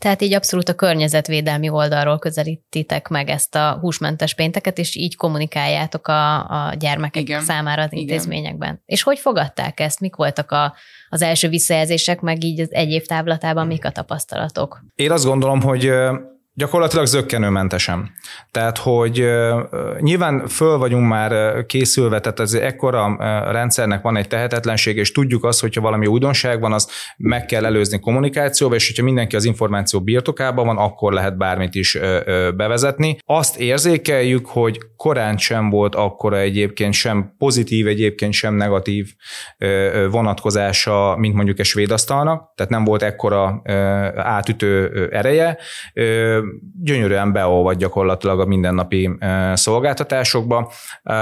Tehát így abszolút a környezetvédelmi oldalról közelítitek meg ezt a húsmentes pénteket, és így kommunikáljátok a, a gyermekek Igen. számára az intézményekben. Igen. És hogy fogadták ezt? Mik voltak a, az első visszajelzések, meg így az egy év távlatában mik a tapasztalatok? Én azt gondolom, hogy gyakorlatilag zökkenőmentesen. Tehát, hogy uh, nyilván föl vagyunk már készülve, tehát az ekkora uh, rendszernek van egy tehetetlenség, és tudjuk azt, hogyha valami újdonság van, azt meg kell előzni kommunikációba, és hogyha mindenki az információ birtokában van, akkor lehet bármit is uh, uh, bevezetni. Azt érzékeljük, hogy korán sem volt akkora egyébként sem pozitív, egyébként sem negatív uh, vonatkozása, mint mondjuk egy svéd asztalnak, tehát nem volt ekkora uh, átütő uh, ereje. Uh, gyönyörűen beolvad gyakorlatilag a mindennapi szolgáltatásokba.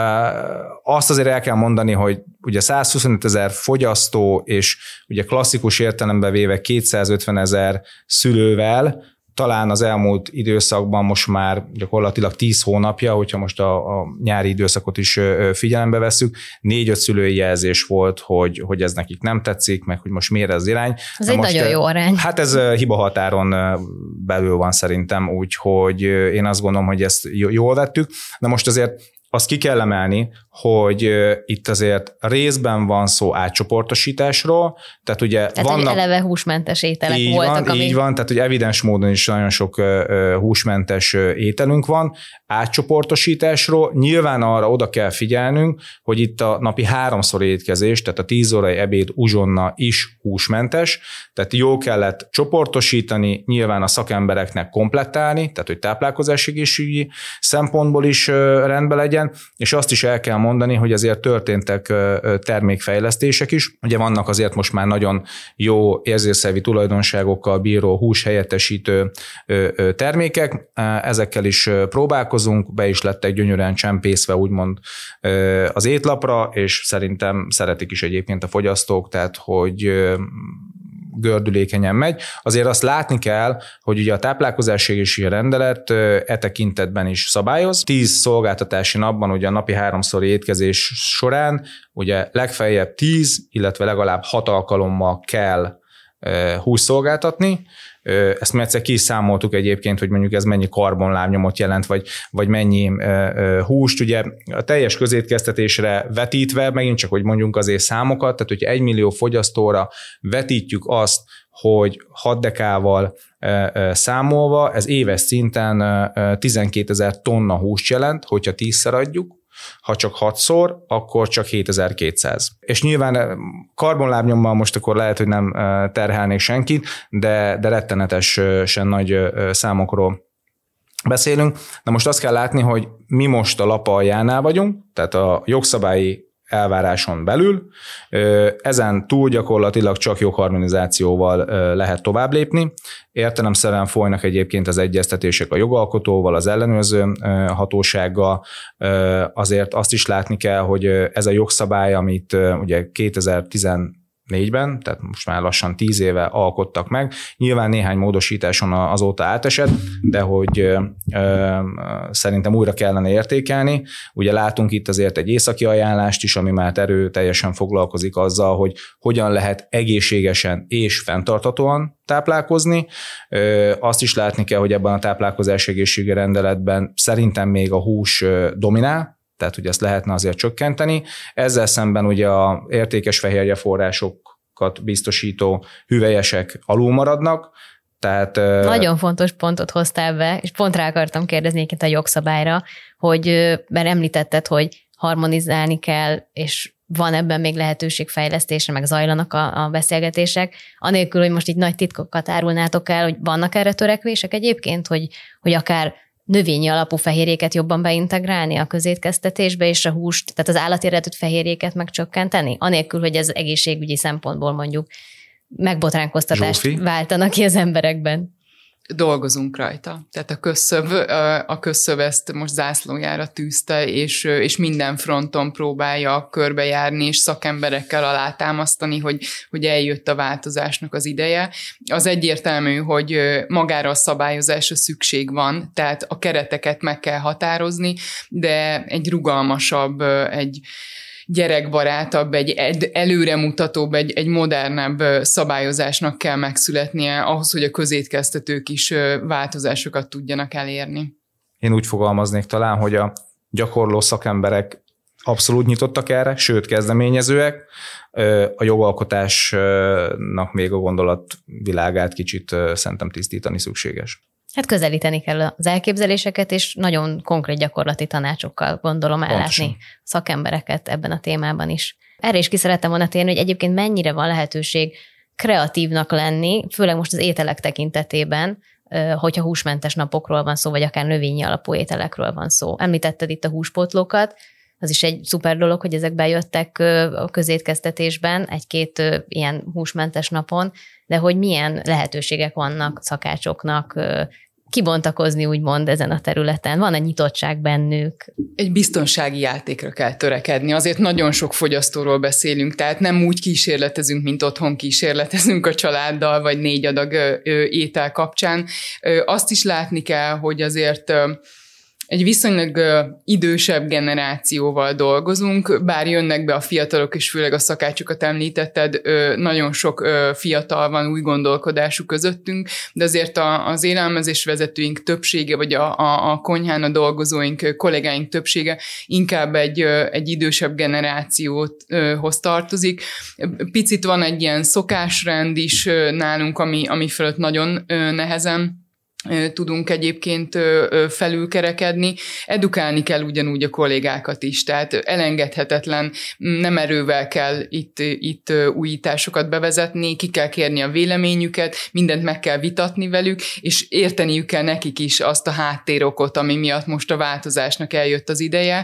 Azt azért el kell mondani, hogy ugye százhuszonöt ezer fogyasztó és ugye klasszikus értelembe véve kétszázötven ezer szülővel, talán az elmúlt időszakban most már gyakorlatilag tíz hónapja, hogyha most a, a nyári időszakot is figyelembe vesszük, négy-öt szülői jelzés volt, hogy, hogy ez nekik nem tetszik, meg hogy most miért ez irány. Ez egy most, nagyon jó arány. Hát ez hibahatáron belül van szerintem, úgyhogy én azt gondolom, hogy ezt jól vettük. De most azért azt ki kell emelni, hogy itt azért részben van szó átcsoportosításról, tehát ugye tehát vannak... eleve húsmentes ételek így voltak. Van, ami... Így van, tehát hogy evidens módon is nagyon sok húsmentes ételünk van, átcsoportosításról nyilván arra oda kell figyelnünk, hogy itt a napi háromszor étkezés, tehát a tíz órai ebéd uzsonna is húsmentes, tehát jól kellett csoportosítani, nyilván a szakembereknek komplettálni, tehát hogy táplálkozásegészségügyi szempontból is rendben legyen, és azt is el kell mondani, hogy azért történtek termékfejlesztések is. Ugye vannak azért most már nagyon jó érzékszervi tulajdonságokkal bíró húshelyettesítő termékek, ezekkel is próbálkozunk, be is lettek gyönyörűen csempészve úgymond az étlapra, és szerintem szeretik is egyébként a fogyasztók, tehát hogy gördülékenyen megy. Azért azt látni kell, hogy ugye a táplálkozásegészségügyi rendelet e tekintetben is szabályoz. tíz szolgáltatási napban, ugye a napi háromszori étkezés során, ugye legfeljebb tíz, illetve legalább hat alkalommal kell húst szolgáltatni. Ezt mi egyszer kiszámoltuk egyébként, hogy mondjuk ez mennyi karbonlábnyomot jelent, vagy, vagy mennyi húst. Ugye a teljes közétkeztetésre vetítve, megint csak, hogy mondjunk azért számokat, tehát hogyha egy millió fogyasztóra vetítjük azt, hogy hat dekával számolva, ez éves szinten tizenkétezer tonna húst jelent, hogyha tízszer adjuk, ha csak hatszor, akkor csak hétezer-kétszáz. És nyilván karbonlábnyommal most akkor lehet, hogy nem terhelnék senkit, de, de rettenetesen nagy számokról beszélünk. De most azt kell látni, hogy mi most a lap aljánál vagyunk, tehát a jogszabályi elváráson belül. Ezen túl gyakorlatilag csak jogharmonizációval lehet tovább lépni. Értelemszerűen folynak egyébként az egyeztetések a jogalkotóval, az ellenőrző hatósággal. Azért azt is látni kell, hogy ez a jogszabály, amit ugye kétezer-tizennégyben, tehát most már lassan tíz éve alkottak meg. Nyilván néhány módosításon azóta átesett, de hogy ö, ö, szerintem újra kellene értékelni. Ugye látunk itt azért egy északi ajánlást is, ami már erőteljesen foglalkozik azzal, hogy hogyan lehet egészségesen és fenntarthatóan táplálkozni. Ö, azt is látni kell, hogy ebben a táplálkozásegészségügyi rendeletben szerintem még a hús dominál, tehát hogy ezt lehetne azért csökkenteni. Ezzel szemben ugye a értékes fehérjeforrásokat biztosító hüvelyesek alul maradnak. Tehát, nagyon fontos pontot hoztál be, és pont rá akartam kérdezni a jogszabályra, hogy mert említetted, hogy harmonizálni kell, és van ebben még lehetőség fejlesztésre, meg zajlanak a, a beszélgetések, anélkül, hogy most így nagy titkokat árulnátok el, hogy vannak erre törekvések egyébként, hogy, hogy akár növényi alapú fehérjéket jobban beintegrálni a közétkeztetésbe, és a húst, tehát az állati eredetű fehérjéket megcsökkenteni, anélkül, hogy ez egészségügyi szempontból mondjuk megbotránkoztatást Zsófi? váltana ki az emberekben. Dolgozunk rajta. Tehát a közszöv, a közszöv ezt most zászlójára tűzte, és, és minden fronton próbálja körbejárni, és szakemberekkel alátámasztani, hogy, hogy eljött a változásnak az ideje. Az egyértelmű, hogy magára a szabályozásra szükség van, tehát a kereteket meg kell határozni, de egy rugalmasabb, egy gyerekbarátabb, egy előremutatóbb, egy, egy modernebb szabályozásnak kell megszületnie ahhoz, hogy a közétkeztetők is változásokat tudjanak elérni. Én úgy fogalmaznék talán, hogy a gyakorló szakemberek abszolút nyitottak erre, sőt kezdeményezőek. A jogalkotásnak még a gondolatvilágát kicsit szerintem tisztítani szükséges. Hát közelíteni kell az elképzeléseket, és nagyon konkrét gyakorlati tanácsokkal gondolom ellátni szakembereket ebben a témában is. Erre is ki szerettem volna térni, hogy egyébként mennyire van lehetőség kreatívnak lenni, főleg most az ételek tekintetében, hogyha húsmentes napokról van szó, vagy akár növényi alapú ételekről van szó. Említetted itt a húspótlókat, az is egy szuper dolog, hogy ezek bejöttek a közétkeztetésben egy-két ilyen húsmentes napon, de hogy milyen lehetőségek vannak szakácsoknak kibontakozni, úgymond ezen a területen? Van-e nyitottság bennük? Egy biztonsági játékra kell törekedni. Azért nagyon sok fogyasztóról beszélünk, tehát nem úgy kísérletezünk, mint otthon kísérletezünk a családdal, vagy négy adag étel kapcsán. Azt is látni kell, hogy azért egy viszonylag idősebb generációval dolgozunk, bár jönnek be a fiatalok, és főleg a szakácsokat említetted, nagyon sok fiatal van, új gondolkodású közöttünk, de azért az élelmezés vezetőink többsége, vagy a, a, a konyhán a dolgozóink, kollégáink többsége inkább egy, egy idősebb generációhoz tartozik. Picit van egy ilyen szokásrend is nálunk, ami, ami fölött nagyon nehezen tudunk egyébként felülkerekedni. Edukálni kell ugyanúgy a kollégákat is, tehát elengedhetetlen, nem erővel kell itt, itt újításokat bevezetni, ki kell kérni a véleményüket, mindent meg kell vitatni velük, és érteniük kell nekik is azt a háttérokot, ami miatt most a változásnak eljött az ideje.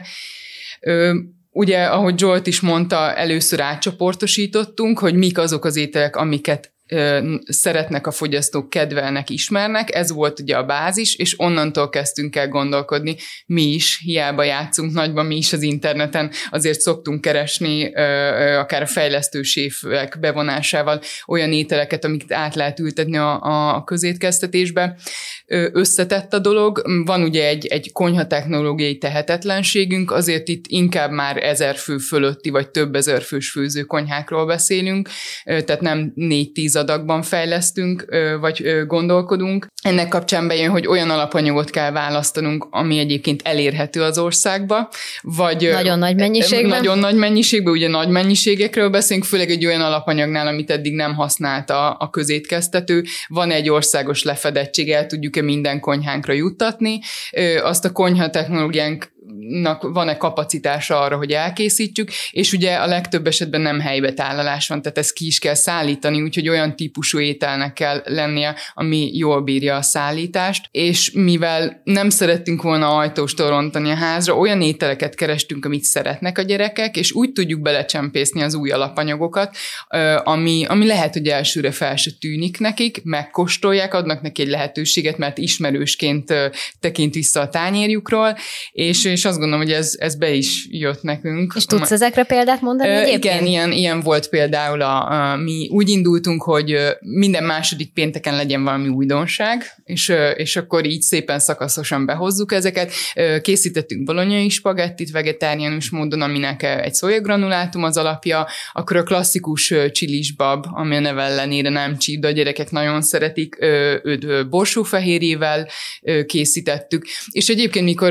Ugye, ahogy Zsolt is mondta, először átcsoportosítottunk, hogy mik azok az ételek, amiket szeretnek a fogyasztók, kedvelnek, ismernek, ez volt ugye a bázis, és onnantól kezdtünk el gondolkodni, mi is, hiába játszunk nagyban, mi is az interneten, azért szoktunk keresni akár a fejlesztő séfek bevonásával olyan ételeket, amiket át lehet ültetni a, a közétkeztetésbe. Összetett a dolog, van ugye egy, egy konyhatechnológiai tehetetlenségünk, azért itt inkább már ezer fő fölötti, vagy több ezer fős főzőkonyhákról beszélünk, tehát nem négy-tíz adagban fejlesztünk, vagy gondolkodunk. Ennek kapcsán bejön, hogy olyan alapanyagot kell választanunk, ami egyébként elérhető az országba, vagy nagyon nagy mennyiségben. Nagyon nagy mennyiségben, ugye nagy mennyiségekről beszélünk, főleg egy olyan alapanyagnál, amit eddig nem használta a közétkeztető. Van egy országos lefedettség, el tudjuk-e minden konyhánkra juttatni. Azt a konyha technológiánk van-e kapacitása arra, hogy elkészítjük, és ugye a legtöbb esetben nem helybetállás van, tehát ezt ki is kell szállítani, úgyhogy olyan típusú ételnek kell lennie, ami jól bírja a szállítást, és mivel nem szerettünk volna ajtóstól rontani a házra, olyan ételeket kerestünk, amit szeretnek a gyerekek, és úgy tudjuk belecsempészni az új alapanyagokat, ami, ami lehet, hogy elsőre fel se tűnik nekik, megkóstolják, adnak neki egy lehetőséget, mert ismerősként tekint vissza a tányérjukról, és és azt gondolom, hogy ez, ez be is jött nekünk. És tudsz ezekre példát mondani Ö, egyébként? Igen, ilyen, ilyen volt például, a, a, mi úgy indultunk, hogy minden második pénteken legyen valami újdonság, és, és akkor így szépen szakaszosan behozzuk ezeket. Készítettünk bolonyai spagettit vegetáriánus módon, aminek egy szójagranulátum az alapja, akkor a klasszikus csilisbab, ami a neve ellenére nem csíp, de a gyerekek nagyon szeretik, őt borsófehérjével készítettük, és egyébként mikor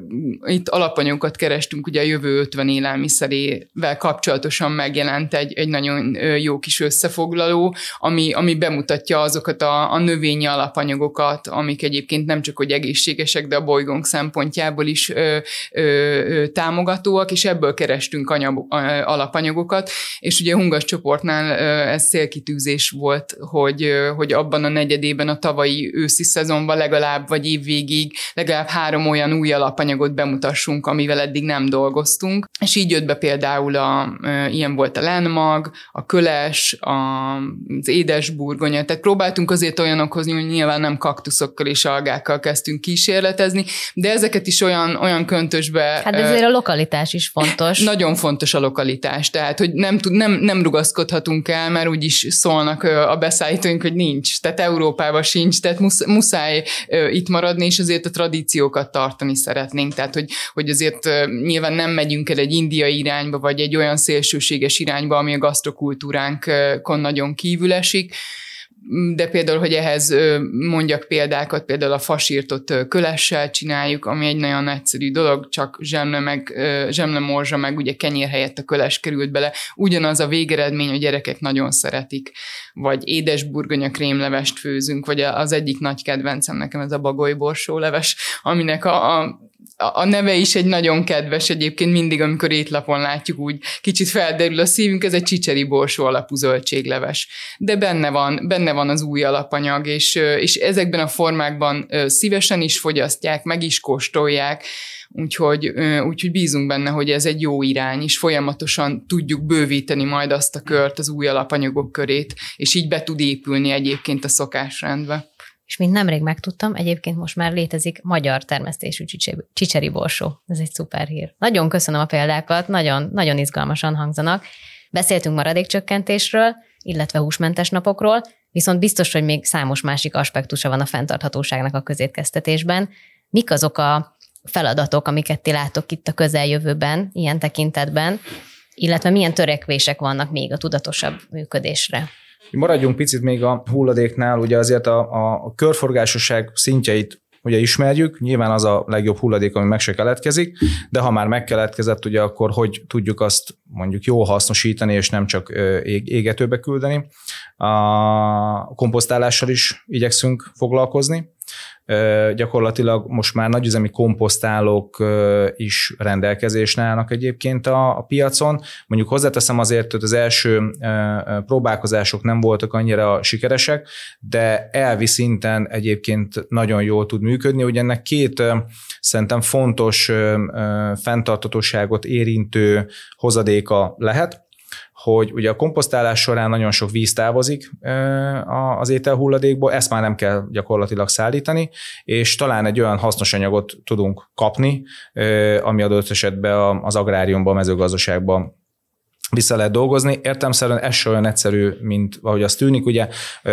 itt alapanyagokat kerestünk, ugye a jövő ötven élelmiszerével kapcsolatosan megjelent egy, egy nagyon jó kis összefoglaló, ami, ami bemutatja azokat a, a növényi alapanyagokat, amik egyébként nem csak hogy egészségesek, de a bolygónk szempontjából is ö, ö, ö, támogatóak, és ebből kerestünk anyag, alapanyagokat, és ugye a Hungas csoportnál ö, ez célkitűzés volt, hogy, ö, hogy abban a negyedében a tavalyi őszi szezonban legalább, vagy évvégig legalább három olyan új alapanyagot bemutassunk, amivel eddig nem dolgoztunk. És így jött be például, a, e, ilyen volt a lenmag, a köles, a, az édesburgonya, tehát próbáltunk azért olyanokhoz nyúlni, nyilván nem kaktuszokkal és algákkal kezdtünk kísérletezni, de ezeket is olyan, olyan köntösbe... Hát ezért a lokalitás is fontos. Nagyon fontos a lokalitás, tehát hogy nem, tud, nem, nem rugaszkodhatunk el, mert úgyis szólnak a beszállítóink, hogy nincs, tehát Európában sincs, tehát musz, muszáj itt maradni, és azért a tradíciókat tartani szeretnénk, tehát hogy, hogy azért nyilván nem megyünk el egy indiai irányba, vagy egy olyan szélsőséges irányba, ami a gasztrokultúránkon nagyon kívül esik, de például, hogy ehhez mondjak példákat, például a fasírtot kölessel csináljuk, ami egy nagyon egyszerű dolog, csak zsemle, meg, zsemle morzsa, meg ugye kenyér helyett a köles került bele. Ugyanaz a végeredmény, a gyerekek nagyon szeretik. Vagy édes burgonya krémlevest főzünk, vagy az egyik nagy kedvencem nekem ez a bagolyborsó leves, aminek a, a A neve is egy nagyon kedves egyébként, mindig, amikor étlapon látjuk, úgy kicsit felderül a szívünk, ez egy csicseri borsó alapú zöldségleves. De benne van, benne van az új alapanyag, és, és ezekben a formákban szívesen is fogyasztják, meg is kóstolják, úgyhogy, úgyhogy bízunk benne, hogy ez egy jó irány, és folyamatosan tudjuk bővíteni majd azt a kört, az új alapanyagok körét, és így be tud épülni egyébként a szokásrendbe. És mint nemrég megtudtam, egyébként most már létezik magyar termesztésű csicseri borsó. Ez egy szuper hír. Nagyon köszönöm a példákat, nagyon, nagyon izgalmasan hangzanak. Beszéltünk maradékcsökkentésről, illetve húsmentes napokról, viszont biztos, hogy még számos másik aspektusa van a fenntarthatóságnak a közétkeztetésben. Mik azok a feladatok, amiket ti látok itt a közeljövőben, ilyen tekintetben, illetve milyen törekvések vannak még a tudatosabb működésre? Maradjunk picit még a hulladéknál, ugye azért a, a körforgásosság szintjeit ugye ismerjük, nyilván az a legjobb hulladék, ami meg se keletkezik, de ha már megkeletkezett, ugye akkor hogy tudjuk azt mondjuk jól hasznosítani, és nem csak ég, égetőbe küldeni. A komposztálással is igyekszünk foglalkozni. Gyakorlatilag most már nagyüzemi komposztálók is rendelkezésre állnak egyébként a, a piacon. Mondjuk hozzáteszem azért, hogy az első próbálkozások nem voltak annyira sikeresek, de elvi szinten egyébként nagyon jól tud működni. Ugye ennek két szerintem fontos fenntarthatóságot érintő hozadéka lehet, hogy ugye a komposztálás során nagyon sok víz távozik az ételhulladékból, ezt már nem kell gyakorlatilag szállítani, és talán egy olyan hasznos anyagot tudunk kapni, ami adott esetben az agráriumban, a mezőgazdaságban vissza lehet dolgozni. Értelemszerűen ez se olyan egyszerű, mint ahogy az tűnik. Ugye,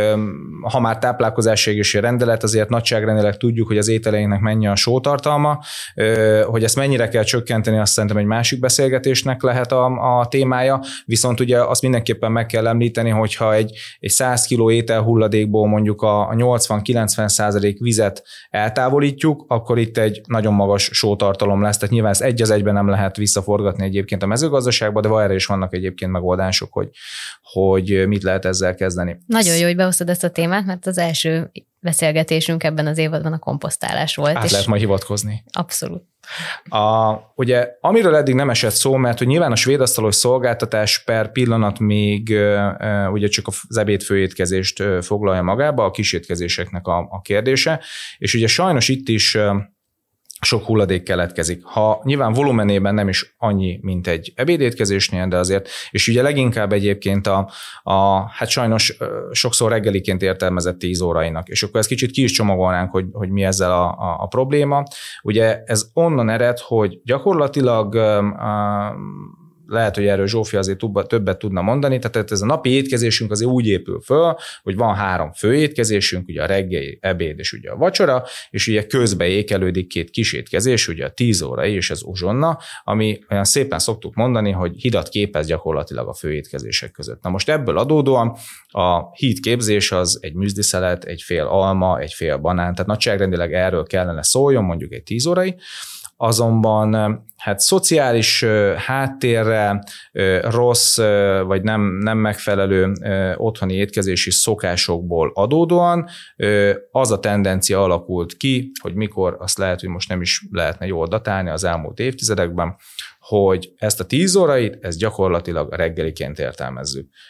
ha már táplálkozásségési rendelet, azért nagyságrendileg tudjuk, hogy az ételeinknek mennyi a sótartalma, hogy ezt mennyire kell csökkenteni, azt szerintem egy másik beszélgetésnek lehet a, a témája, viszont ugye azt mindenképpen meg kell említeni, hogyha egy, egy száz kiló ételhulladékból mondjuk a nyolcvan-kilencven százalék vizet eltávolítjuk, akkor itt egy nagyon magas sótartalom lesz, tehát nyilván ezt egy az egyben nem lehet visszaforgatni egyébként a mezőgazdaságba, de erre is vannak egyébként megoldások, hogy, hogy mit lehet ezzel kezdeni. Nagyon jó, hogy behoztad ezt a témát, mert az első beszélgetésünk ebben az évadban a komposztálás volt. Át és lehet majd hivatkozni. Abszolút. A, ugye, amiről eddig nem esett szó, mert hogy nyilván a svédasztalos szolgáltatás per pillanat még uh, ugye csak az ebédfőétkezést uh, foglalja magába, a kisétkezéseknek a, a kérdése, és ugye sajnos itt is uh, sok hulladék keletkezik. Ha nyilván volumenében nem is annyi, mint egy ebédétkezésnél, de azért, és ugye leginkább egyébként a, a hát sajnos sokszor reggeliként értelmezett tíz órainak, és akkor ezt kicsit ki is csomagolnánk, hogy, hogy mi ezzel a, a, a probléma. Ugye ez onnan ered, hogy gyakorlatilag a, lehet, hogy erről Zsófi azért többet tudna mondani, tehát ez a napi étkezésünk azért úgy épül föl, hogy van három főétkezésünk, ugye a reggeli, ebéd és ugye a vacsora, és ugye közbe ékelődik két kis étkezés, ugye a tíz órai és az uzsonna, ami olyan szépen szoktuk mondani, hogy hidat képez gyakorlatilag a főétkezések között. Na most ebből adódóan a hídképzés az egy müzliszelet, egy fél alma, egy fél banán, tehát nagyságrendileg erről kellene szóljon mondjuk egy tíz órai, azonban hát szociális háttérre, rossz vagy nem, nem megfelelő otthoni étkezési szokásokból adódóan az a tendencia alakult ki, hogy mikor, azt lehet, hogy most nem is lehetne jól datálni az elmúlt évtizedekben, hogy ezt a tíz órait, ezt gyakorlatilag reggeliként értelmezzük.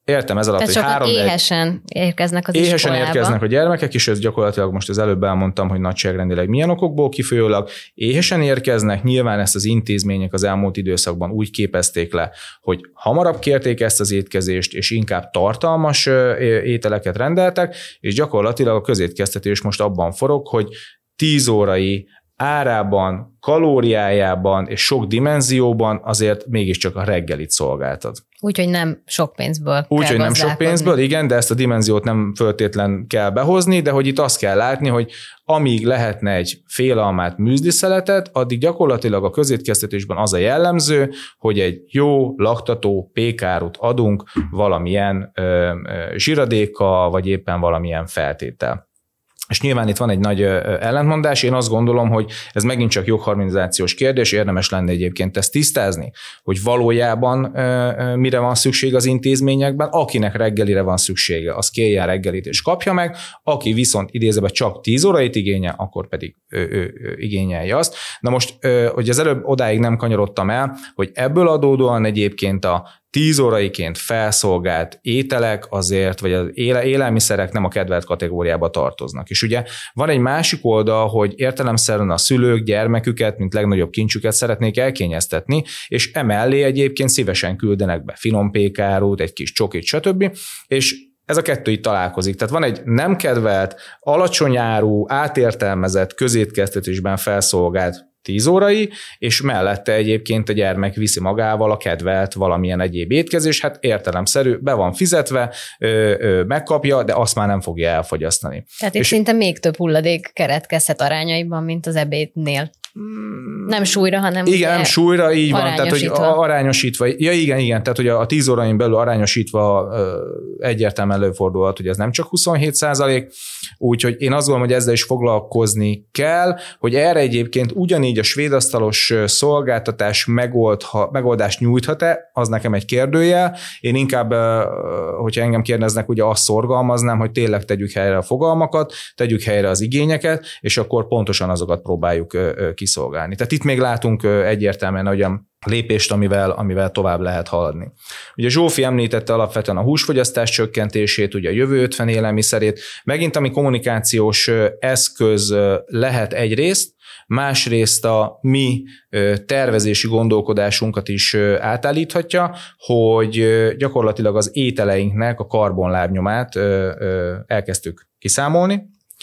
Értem, ez alatt, tehát hogy három... éhesen érkeznek az éhesen iskolába. Éhesen érkeznek a gyermekek, és ez gyakorlatilag most az előbb elmondtam, hogy nagyságrendileg milyen okokból kifolyólag. Éhesen érkeznek, nyilván ezt az intézmények az elmúlt időszakban úgy képezték le, hogy hamarabb kérték ezt az étkezést, és inkább tartalmas ételeket rendeltek, és gyakorlatilag a közétkeztetés most abban forog, hogy tíz órai árában, kalóriájában és sok dimenzióban azért mégiscsak a reggelit szolgáltat. Úgyhogy nem sok pénzből Úgyhogy nem sok pénzből, igen, de ezt a dimenziót nem föltétlen kell behozni, de hogy itt azt kell látni, hogy amíg lehetne egy fél almát műzliszeletet, addig gyakorlatilag a közétkeztetésben az a jellemző, hogy egy jó, laktató pékárut adunk valamilyen ö, ö, zsiradékkal, vagy éppen valamilyen feltétel. És nyilván itt van egy nagy ellentmondás, én azt gondolom, hogy ez megint csak jogharmonizációs kérdés, érdemes lenne egyébként ezt tisztázni, hogy valójában mire van szükség az intézményekben, akinek reggelire van szüksége, az kérjen reggelit és kapja meg, aki viszont idézőben csak tíz órait igényel, akkor pedig ő, ő, ő, igényelje azt. Na most, hogy az előbb odáig nem kanyarodtam el, hogy ebből adódóan egyébként a tíz óraiként felszolgált ételek azért, vagy az élelmiszerek nem a kedvelt kategóriába tartoznak. És ugye van egy másik oldal, hogy értelemszerűen a szülők gyermeküket, mint legnagyobb kincsüket szeretnék elkényeztetni, és emellé egyébként szívesen küldenek be finom pékárút, egy kis csokit, stb. És ez a kettő itt találkozik. Tehát van egy nem kedvelt, alacsony árú, átértelmezett, közétkeztetésben felszolgált tíz órai, és mellette egyébként a gyermek viszi magával a kedvelt valamilyen egyéb étkezés, hát értelemszerű, be van fizetve, ö, ö, megkapja, de azt már nem fogja elfogyasztani. Tehát itt és szinte még több hulladék keretkezhet arányaiban, mint az ebédnél. Nem súlyra, hanem igen, nem súlyra, így van, tehát hogy arányosítva. Ja, igen, igen, tehát hogy a tíz órain belül arányosítva egyértelműen előfordulhat, hogy ez nem csak huszonhét százalék, úgyhogy én azt gondolom, hogy ezzel is foglalkozni kell, hogy erre egyébként ugyanígy a svédasztalos szolgáltatás megoldha, megoldást nyújthat-e, az nekem egy kérdőjel. Én inkább, hogyha engem kérdeznek, ugye azt szorgalmaznám, hogy tényleg tegyük helyre a fogalmakat, tegyük helyre az igényeket, és akkor pontosan azokat próbáljuk kiszolgálni. Tehát itt még látunk egyértelműen olyan lépést, amivel, amivel tovább lehet haladni. Ugye Zsófi említette alapvetően a húsfogyasztás csökkentését, ugye a jövő ötven élelmiszerét, megint ami kommunikációs eszköz lehet egyrészt, másrészt a mi tervezési gondolkodásunkat is átállíthatja, hogy gyakorlatilag az ételeinknek a karbonlábnyomát elkezdtük kiszámolni,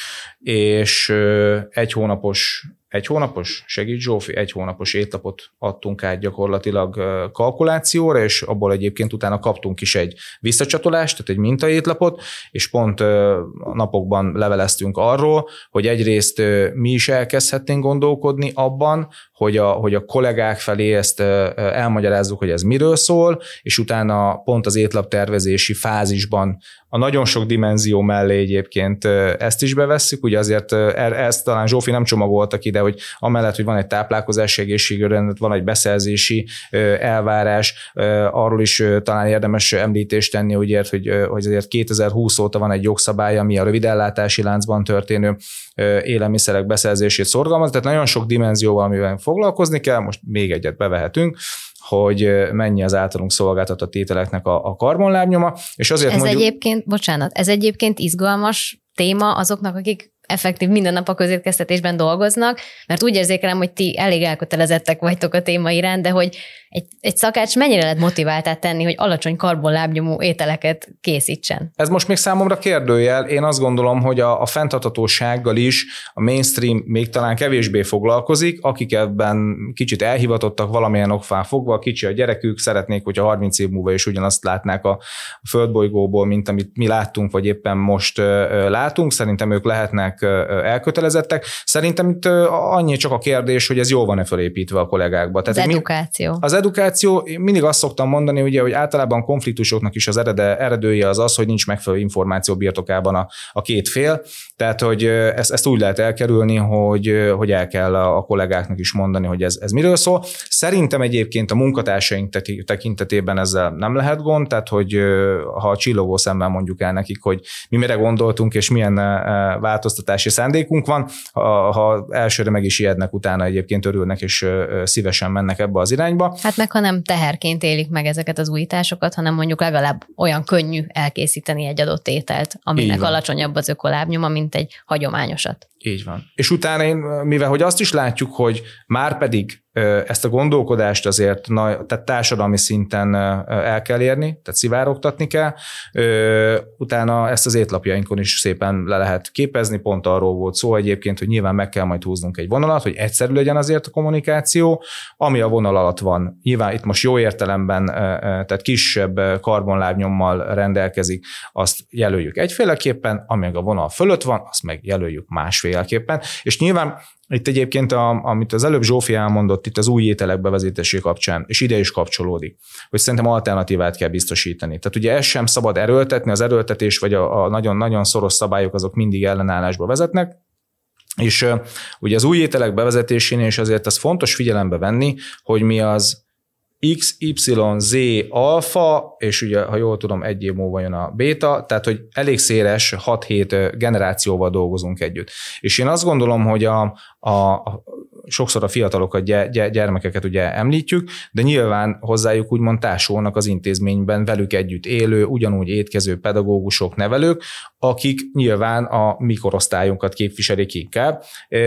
és egy hónapos Egy hónapos, segít Zsófi, egy hónapos étlapot adtunk át gyakorlatilag kalkulációra, és abból egyébként utána kaptunk is egy visszacsatolást, tehát egy mintaétlapot, és pont a napokban leveleztünk arról, hogy egyrészt mi is elkezdhetnénk gondolkodni abban, hogy a, hogy a kollégák felé ezt elmagyarázzuk, hogy ez miről szól, és utána pont az étlaptervezési fázisban a nagyon sok dimenzió mellé egyébként ezt is bevesszük, ugye azért ezt talán Zsófi nem csomagoltak ide, hogy amellett, hogy van egy táplálkozási egészségügyi, van egy beszerzési elvárás, arról is talán érdemes említést tenni, ugye, hogy, hogy azért kétezer-húsz óta van egy jogszabály, ami a rövidellátási láncban történő élelmiszerek beszerzését szorgalmaz, tehát nagyon sok dimenzióval, amivel foglalkozni kell, most még egyet bevehetünk, hogy mennyi az általunk szolgáltatott ételeknek a, a karbonlábnyoma, és azért ez mondjuk... egyébként, bocsánat, ez egyébként izgalmas téma azoknak, akik effektív minden nap a közétkeztetésben dolgoznak, mert úgy érzékelem, hogy ti elég elkötelezettek vagytok a téma iránt, de hogy egy, egy szakács mennyire lehet motiváltát tenni, hogy alacsony karbonlábnyomú ételeket készítsen? Ez most még számomra kérdőjel. Én azt gondolom, hogy a, a fenntarthatósággal is a mainstream még talán kevésbé foglalkozik, akik ebben kicsit elhivatottak valamilyen okfán fogva, kicsi a gyerekük, szeretnék, hogyha harminc év múlva is ugyanazt látnák a földbolygóból, mint amit mi láttunk, vagy éppen most látunk. Szerintem ők lehetnek elkötelezettek. Szerintem itt annyi csak a kérdés, hogy ez jól van-e felépítve a kollégákba. Tehát az edukáció. Az edukáció, mindig azt szoktam mondani, ugye, hogy általában konfliktusoknak is az erede, eredője az az, hogy nincs megfelelő információ birtokában a, a két fél. Tehát, hogy ezt, ezt úgy lehet elkerülni, hogy, hogy el kell a, a kollégáknak is mondani, hogy ez, ez miről szól. Szerintem egyébként a munkatársaink tekintetében ezzel nem lehet gond, tehát, hogy ha a csillogó szemmel mondjuk el nekik, hogy mi mire gondoltunk, és milyen változtatási szándékunk van, ha, ha elsőre meg is ijednek, utána egyébként örülnek, és szívesen mennek ebbe az irányba. Hát hát meg, hanem teherként élik meg ezeket az újításokat, hanem mondjuk legalább olyan könnyű elkészíteni egy adott ételt, aminek alacsonyabb az ökolábnyoma, mint egy hagyományosat. Így van. És utána én, mivel hogy azt is látjuk, hogy már pedig ezt a gondolkodást azért na, tehát társadalmi szinten el kell érni, tehát szivárogtatni kell, utána ezt az étlapjainkon is szépen le lehet képezni, pont arról volt szó egyébként, hogy nyilván meg kell majd húznunk egy vonalat, hogy egyszerű legyen azért a kommunikáció, ami a vonal alatt van. Nyilván itt most jó értelemben, tehát kisebb karbonlábnyommal rendelkezik, azt jelöljük egyféleképpen, ami meg a vonal fölött van, azt meg jelöljük másféleképpen, és nyilván itt egyébként, a, amit az előbb Zsófi elmondott itt az új ételek bevezetése kapcsán, és ide is kapcsolódik, hogy szerintem alternatívát kell biztosítani. Tehát ugye ezt sem szabad erőltetni, az erőltetés vagy a, a nagyon-nagyon szoros szabályok azok mindig ellenállásba vezetnek, és uh, ugye az új ételek bevezetésénél is azért az fontos figyelembe venni, hogy mi az X, Y, Z, alfa, és ugye, ha jól tudom, egy év múlva jön a béta, tehát, hogy elég széles hat-hét generációval dolgozunk együtt. És én azt gondolom, hogy a, a, a sokszor a fiatalokat, gyermekeket ugye említjük, de nyilván hozzájuk úgymond társulnak az intézményben velük együtt élő, ugyanúgy étkező pedagógusok, nevelők, akik nyilván a mi korosztályunkat képviselik inkább,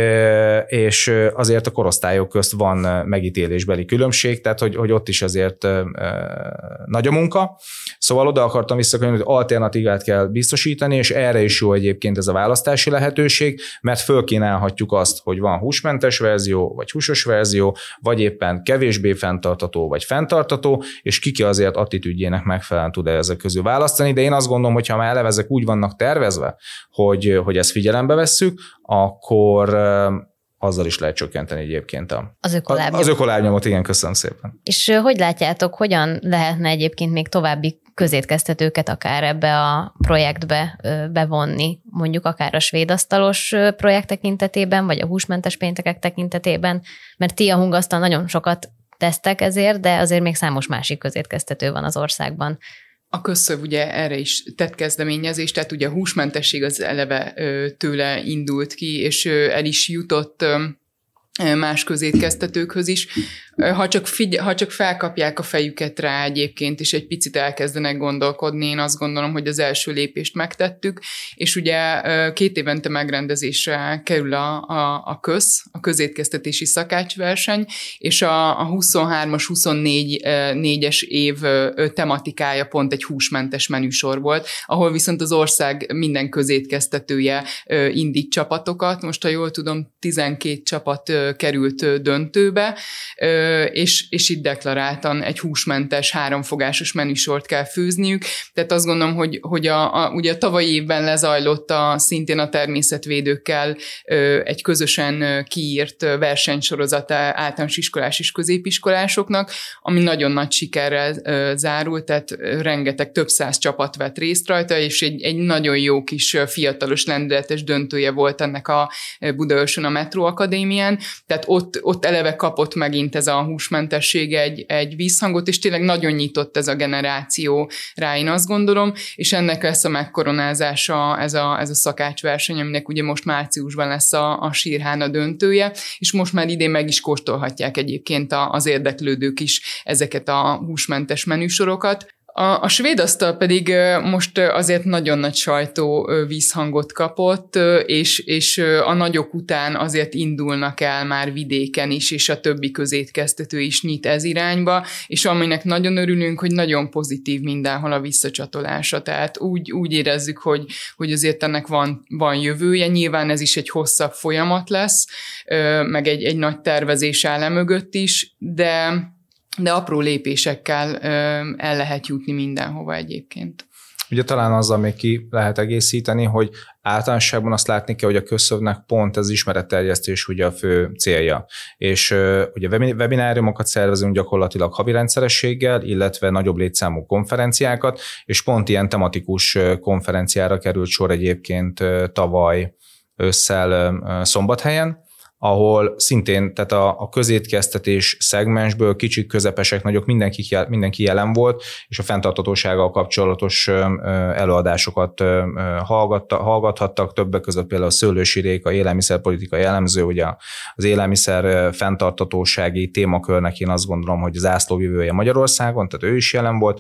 és azért a korosztályok közt van megítélésbeli különbség, tehát hogy, hogy ott is azért nagy a munka. Szóval oda akartam visszakönyvni, hogy alternatívát kell biztosítani, és erre is jó egyébként ez a választási lehetőség, mert fölkínálhatjuk azt, hogy van húsmentes verzió, vagy húsos verzió, vagy éppen kevésbé fenntartató, vagy fenntartató, és kiki azért attitűdjének megfelelően tud ezek közül választani, de én azt gondolom, hogy ha már eleve ezek úgy vannak tervezve, hogy, hogy ezt figyelembe vesszük, akkor azzal is lehet csökkenteni egyébként a, az ökolábnyomot. Az ökolábnyomot, igen, köszönöm szépen. És hogy látjátok, hogyan lehetne egyébként még további közétkeztetőket akár ebbe a projektbe bevonni, mondjuk akár a svéd asztalos projekt tekintetében, vagy a húsmentes péntekek tekintetében, mert ti a Hungasztal nagyon sokat tesztek ezért, de azért még számos másik közétkeztető van az országban. A Közszöv ugye erre is tett kezdeményezést, tehát ugye a húsmentesség az eleve tőle indult ki, és el is jutott más közétkeztetőkhöz is. Ha csak, figy- ha csak felkapják a fejüket rá egyébként, és egy picit elkezdenek gondolkodni, én azt gondolom, hogy az első lépést megtettük, és ugye két évente megrendezésre kerül a, a, a köz, a közétkeztetési szakácsverseny, és a, a huszonhármas huszonnégyes év tematikája pont egy húsmentes menüsor volt, ahol viszont az ország minden közétkeztetője indít csapatokat. Most, ha jól tudom, tizenkét csapat került döntőbe, és, és itt deklaráltan egy húsmentes, háromfogásos menüsort kell főzniük. Tehát azt gondolom, hogy, hogy a, a, ugye a tavalyi évben lezajlott a, szintén a természetvédőkkel egy közösen kiírt versenysorozat általános iskolás és középiskolásoknak, ami nagyon nagy sikerrel zárult, tehát rengeteg, több száz csapat vett részt rajta, és egy, egy nagyon jó kis fiatalos, lendületes döntője volt ennek a Budaörsön a Metro Akadémián, tehát ott, ott eleve kapott megint ez a húsmentesség egy, egy vízhangot, és tényleg nagyon nyitott ez a generáció rá, én azt gondolom, és ennek lesz a megkoronázása ez a, ez a szakácsverseny, aminek ugye most márciusban lesz a, a Sírhána döntője, és most már idén meg is kóstolhatják egyébként az érdeklődők is ezeket a húsmentes menüsorokat. A, a svéd asztal pedig most azért nagyon nagy sajtó vízhangot kapott, és, és a nagyok után azért indulnak el már vidéken is, és a többi közétkeztető is nyit ez irányba, és aminek nagyon örülünk, hogy nagyon pozitív mindenhol a visszacsatolása. Tehát úgy, úgy érezzük, hogy, hogy azért ennek van, van jövője, nyilván ez is egy hosszabb folyamat lesz, meg egy, egy nagy tervezés áll e mögött is, de de apró lépésekkel ö, el lehet jutni mindenhova egyébként. Ugye talán azzal még ki lehet egészíteni, hogy általánosságban azt látni kell, hogy a Közszövnek pont ez ismeretterjesztés ugye a fő célja. És uh, ugye webináriumokat szervezünk gyakorlatilag havi rendszerességgel, illetve nagyobb létszámú konferenciákat, és pont ilyen tematikus konferenciára került sor egyébként uh, tavaly ősszel uh, Szombathelyen, ahol szintén, tehát a, a közétkeztetés szegmensből kicsit közepesek, nagyok, mindenki, mindenki jelen volt, és a fenntarthatósággal kapcsolatos előadásokat hallgatta, hallgathattak, többek között például a Szőlősi Réka, élelmiszerpolitikai elemző, ugye az élelmiszer fenntarthatósági témakörnek én azt gondolom, hogy az zászlóvivője Magyarországon, tehát ő is jelen volt,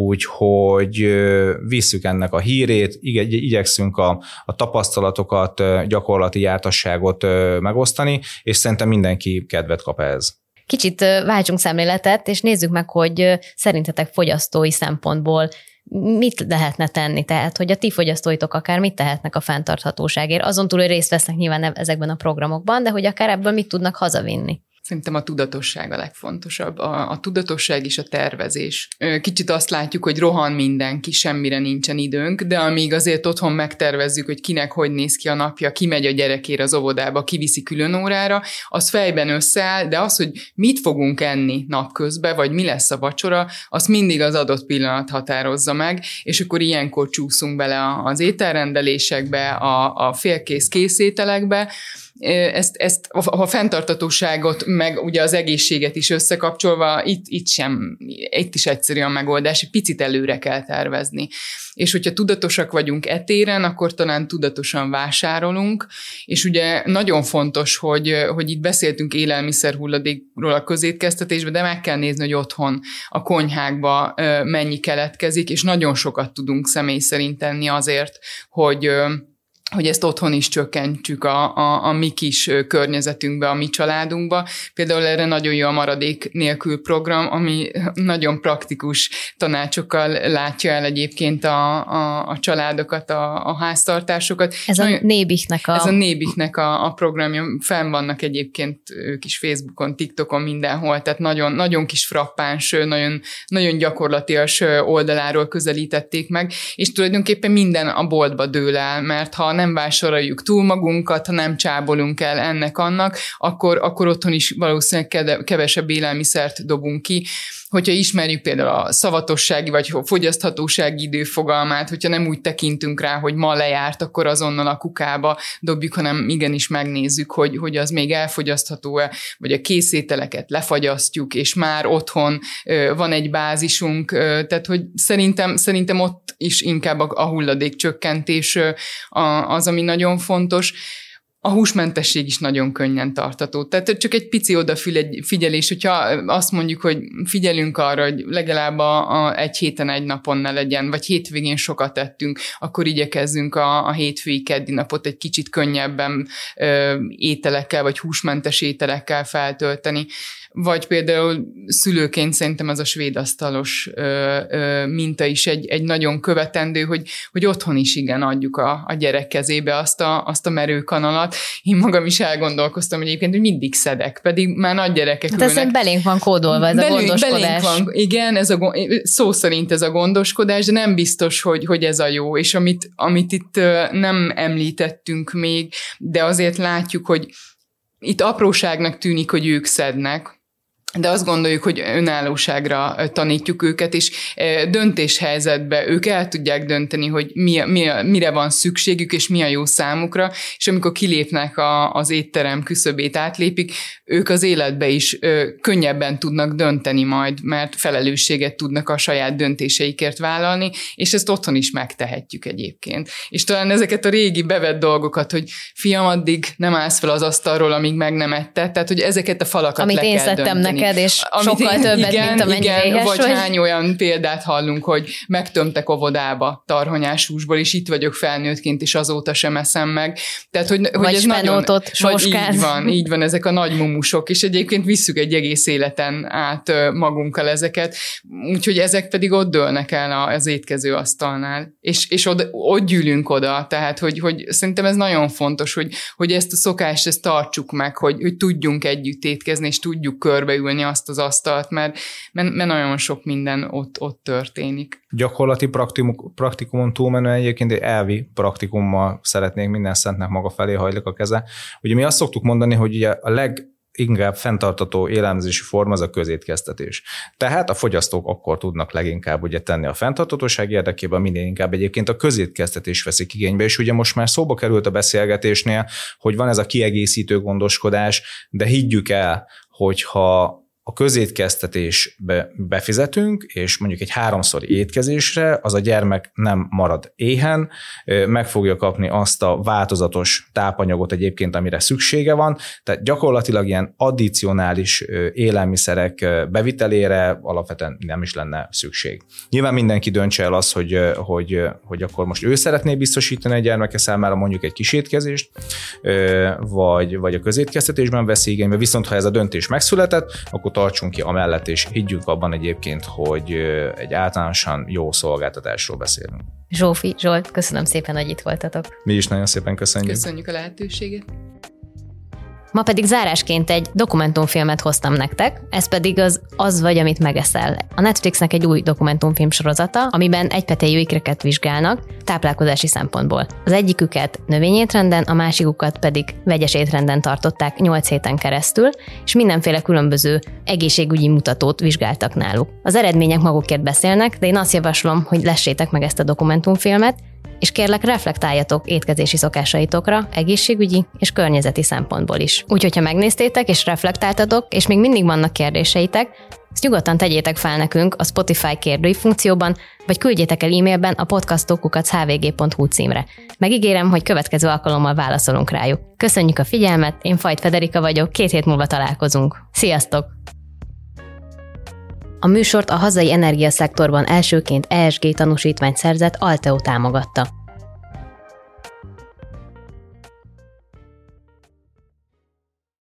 úgyhogy visszük ennek a hírét, igyekszünk a, a tapasztalatokat, gyakorlati jártasságot megosztani, és szerintem mindenki kedvet kap ehhez. Kicsit váltsunk szemléletet, és nézzük meg, hogy szerintetek fogyasztói szempontból mit lehetne tenni, tehát hogy a ti fogyasztóitok akár mit tehetnek a fenntarthatóságért, azon túl, hogy részt vesznek nyilván ezekben a programokban, de hogy akár ebből mit tudnak hazavinni. Szerintem a tudatosság a legfontosabb. A, a tudatosság és a tervezés. Kicsit azt látjuk, hogy rohan mindenki, semmire nincsen időnk, de amíg azért otthon megtervezzük, hogy kinek hogy néz ki a napja, ki megy a gyerekére az óvodába, ki viszi külön órára, az fejben összeáll, de az, hogy mit fogunk enni napközben, vagy mi lesz a vacsora, azt mindig az adott pillanat határozza meg, és akkor ilyenkor csúszunk bele az ételrendelésekbe, a, a félkész készételekbe. Ezt, ezt a fenntarthatóságot, meg ugye az egészséget is összekapcsolva, itt, itt sem, itt is egyszerű a megoldás, egy picit előre kell tervezni. És hogyha tudatosak vagyunk e téren, akkor talán tudatosan vásárolunk, és ugye nagyon fontos, hogy, hogy itt beszéltünk élelmiszerhulladékról a közétkeztetésben, de meg kell nézni, hogy otthon a konyhákba mennyi keletkezik, és nagyon sokat tudunk személy szerint tenni azért, hogy hogy ezt otthon is csökkentsük a, a, a mi kis környezetünkbe, a mi családunkba. Például erre nagyon jó a Maradék nélkül program, ami nagyon praktikus tanácsokkal látja el egyébként a, a, a családokat, a, a háztartásokat. Ez nagyon, a Nébiknek a... Ez a Nébiknek a, a programja. Fenn vannak egyébként ők is Facebookon, TikTokon, mindenhol, tehát nagyon, nagyon kis frappáns, nagyon, nagyon gyakorlatias oldaláról közelítették meg, és tulajdonképpen minden a boltba dől el, mert ha nem vásároljuk túl magunkat, ha nem csábolunk el ennek-annak, akkor, akkor otthon is valószínűleg kevesebb élelmiszert dobunk ki. Hogyha ismerjük például a szavatossági vagy fogyaszthatósági időfogalmát, hogyha nem úgy tekintünk rá, hogy ma lejárt, akkor azonnal a kukába dobjuk, hanem igenis megnézzük, hogy, hogy az még elfogyasztható-e, vagy a készételeket lefagyasztjuk, és már otthon van egy bázisunk, tehát hogy szerintem, szerintem ott is inkább a hulladékcsökkentés az, ami nagyon fontos. A húsmentesség is nagyon könnyen tartható. Tehát csak egy pici odafigyelés, hogyha azt mondjuk, hogy figyelünk arra, hogy legalább a, a egy héten egy napon ne legyen, vagy hétvégén sokat tettünk, akkor igyekezzünk a, a hétfői keddi napot egy kicsit könnyebben ö, ételekkel, vagy húsmentes ételekkel feltölteni. Vagy például szülőként szerintem ez a svéd asztalos ö, ö, minta is egy, egy nagyon követendő, hogy, hogy otthon is igen adjuk a, a gyerek kezébe azt a, azt a merőkanalat. Én magam is elgondolkoztam egyébként, hogy mindig szedek, pedig már nagy gyerekek hát ülnek. Hát belénk van kódolva ez belünk, a gondoskodás. Belénk van, igen, ez a, szó szerint ez a gondoskodás, de nem biztos, hogy, hogy ez a jó. És amit, amit itt nem említettünk még, de azért látjuk, hogy itt apróságnak tűnik, hogy ők szednek, de azt gondoljuk, hogy önállóságra tanítjuk őket, és döntéshelyzetben ők el tudják dönteni, hogy mi, mi, mire van szükségük, és mi a jó számukra, és amikor kilépnek a, az étterem küszöbét átlépik, ők az életbe is könnyebben tudnak dönteni majd, mert felelősséget tudnak a saját döntéseikért vállalni, és ezt otthon is megtehetjük egyébként. És talán ezeket a régi bevett dolgokat, hogy fiam, addig nem állsz fel az asztalról, amíg meg nem etted, tehát hogy ezeket a falakat amit le kell dönteni. Amit én szedtem neked, és Amit sokkal én, többet, igen, mint amennyire igen, éhes vagy. vagy. Hány olyan példát hallunk, hogy megtömtek óvodába tarhonyás húsból, és itt vagyok felnőttként, és azóta sem eszem meg. Tehát, hogy, hogy ez nagyon... Vagy így van, így van, ezek a nagy mumusok, és egyébként visszük egy egész életen át magunkkal ezeket, úgyhogy ezek pedig ott dőlnek el az étkező asztalnál, és, és oda, ott gyűlünk oda, tehát, hogy, hogy szerintem ez nagyon fontos, hogy, hogy ezt a szokást, ezt tartsuk meg, hogy, hogy tudjunk együtt étkezni, és tudjuk körbeülni azt az asztalt, mert, mert, mert nagyon sok minden ott, ott történik. Gyakorlati praktikum, praktikumon túlmenően egyébként egy elvi praktikummal szeretnék minden szentnek maga felé hajlik a keze. Ugye mi azt szoktuk mondani, hogy ugye a leg leginkább fenntartató élelmezési forma az a közétkeztetés. Tehát a fogyasztók akkor tudnak leginkább ugye tenni a fenntartatóság érdekében, minél inkább egyébként a közétkeztetés veszik igénybe, és ugye most már szóba került a beszélgetésnél, hogy van ez a kiegészítő gondoskodás, de higgyük el, hogyha a közétkeztetésbe befizetünk, és mondjuk egy háromszor étkezésre, az a gyermek nem marad éhen, meg fogja kapni azt a változatos tápanyagot egyébként, amire szüksége van, tehát gyakorlatilag ilyen addicionális élelmiszerek bevitelére alapvetően nem is lenne szükség. Nyilván mindenki döntse el azt, hogy, hogy, hogy akkor most ő szeretné biztosítani a gyermeke számára mondjuk egy kis étkezést, vagy, vagy a közétkeztetésben veszi igénybe, viszont ha ez a döntés megszületett, akkor tartsunk ki amellett, és higgyünk abban egyébként, hogy egy általánosan jó szolgáltatásról beszélünk. Zsófi, Zsolt, köszönöm szépen, hogy itt voltatok. Mi is nagyon szépen köszönjük. Köszönjük a lehetőséget. Ma pedig zárásként egy dokumentumfilmet hoztam nektek, ez pedig az Az vagy, amit megeszel. A Netflixnek egy új dokumentumfilm sorozata, amiben egypetéjű ikreket vizsgálnak táplálkozási szempontból. Az egyiküket növényétrenden, a másikukat pedig vegyes étrenden tartották nyolc héten keresztül, és mindenféle különböző egészségügyi mutatót vizsgáltak náluk. Az eredmények magukért beszélnek, de én azt javaslom, hogy lessétek meg ezt a dokumentumfilmet, és kérlek, reflektáljatok étkezési szokásaitokra, egészségügyi és környezeti szempontból is. Úgyhogy, ha megnéztétek és reflektáltatok, és még mindig vannak kérdéseitek, ezt nyugodtan tegyétek fel nekünk a Spotify kérdői funkcióban, vagy küldjétek el e-mailben a podcastok kukac h v g pont h u címre. Megígérem, hogy következő alkalommal válaszolunk rájuk. Köszönjük a figyelmet, én Fajt Federika vagyok, két hét múlva találkozunk. Sziasztok! A műsort a hazai energiaszektorban elsőként E S G tanúsítványt szerzett Alteo támogatta.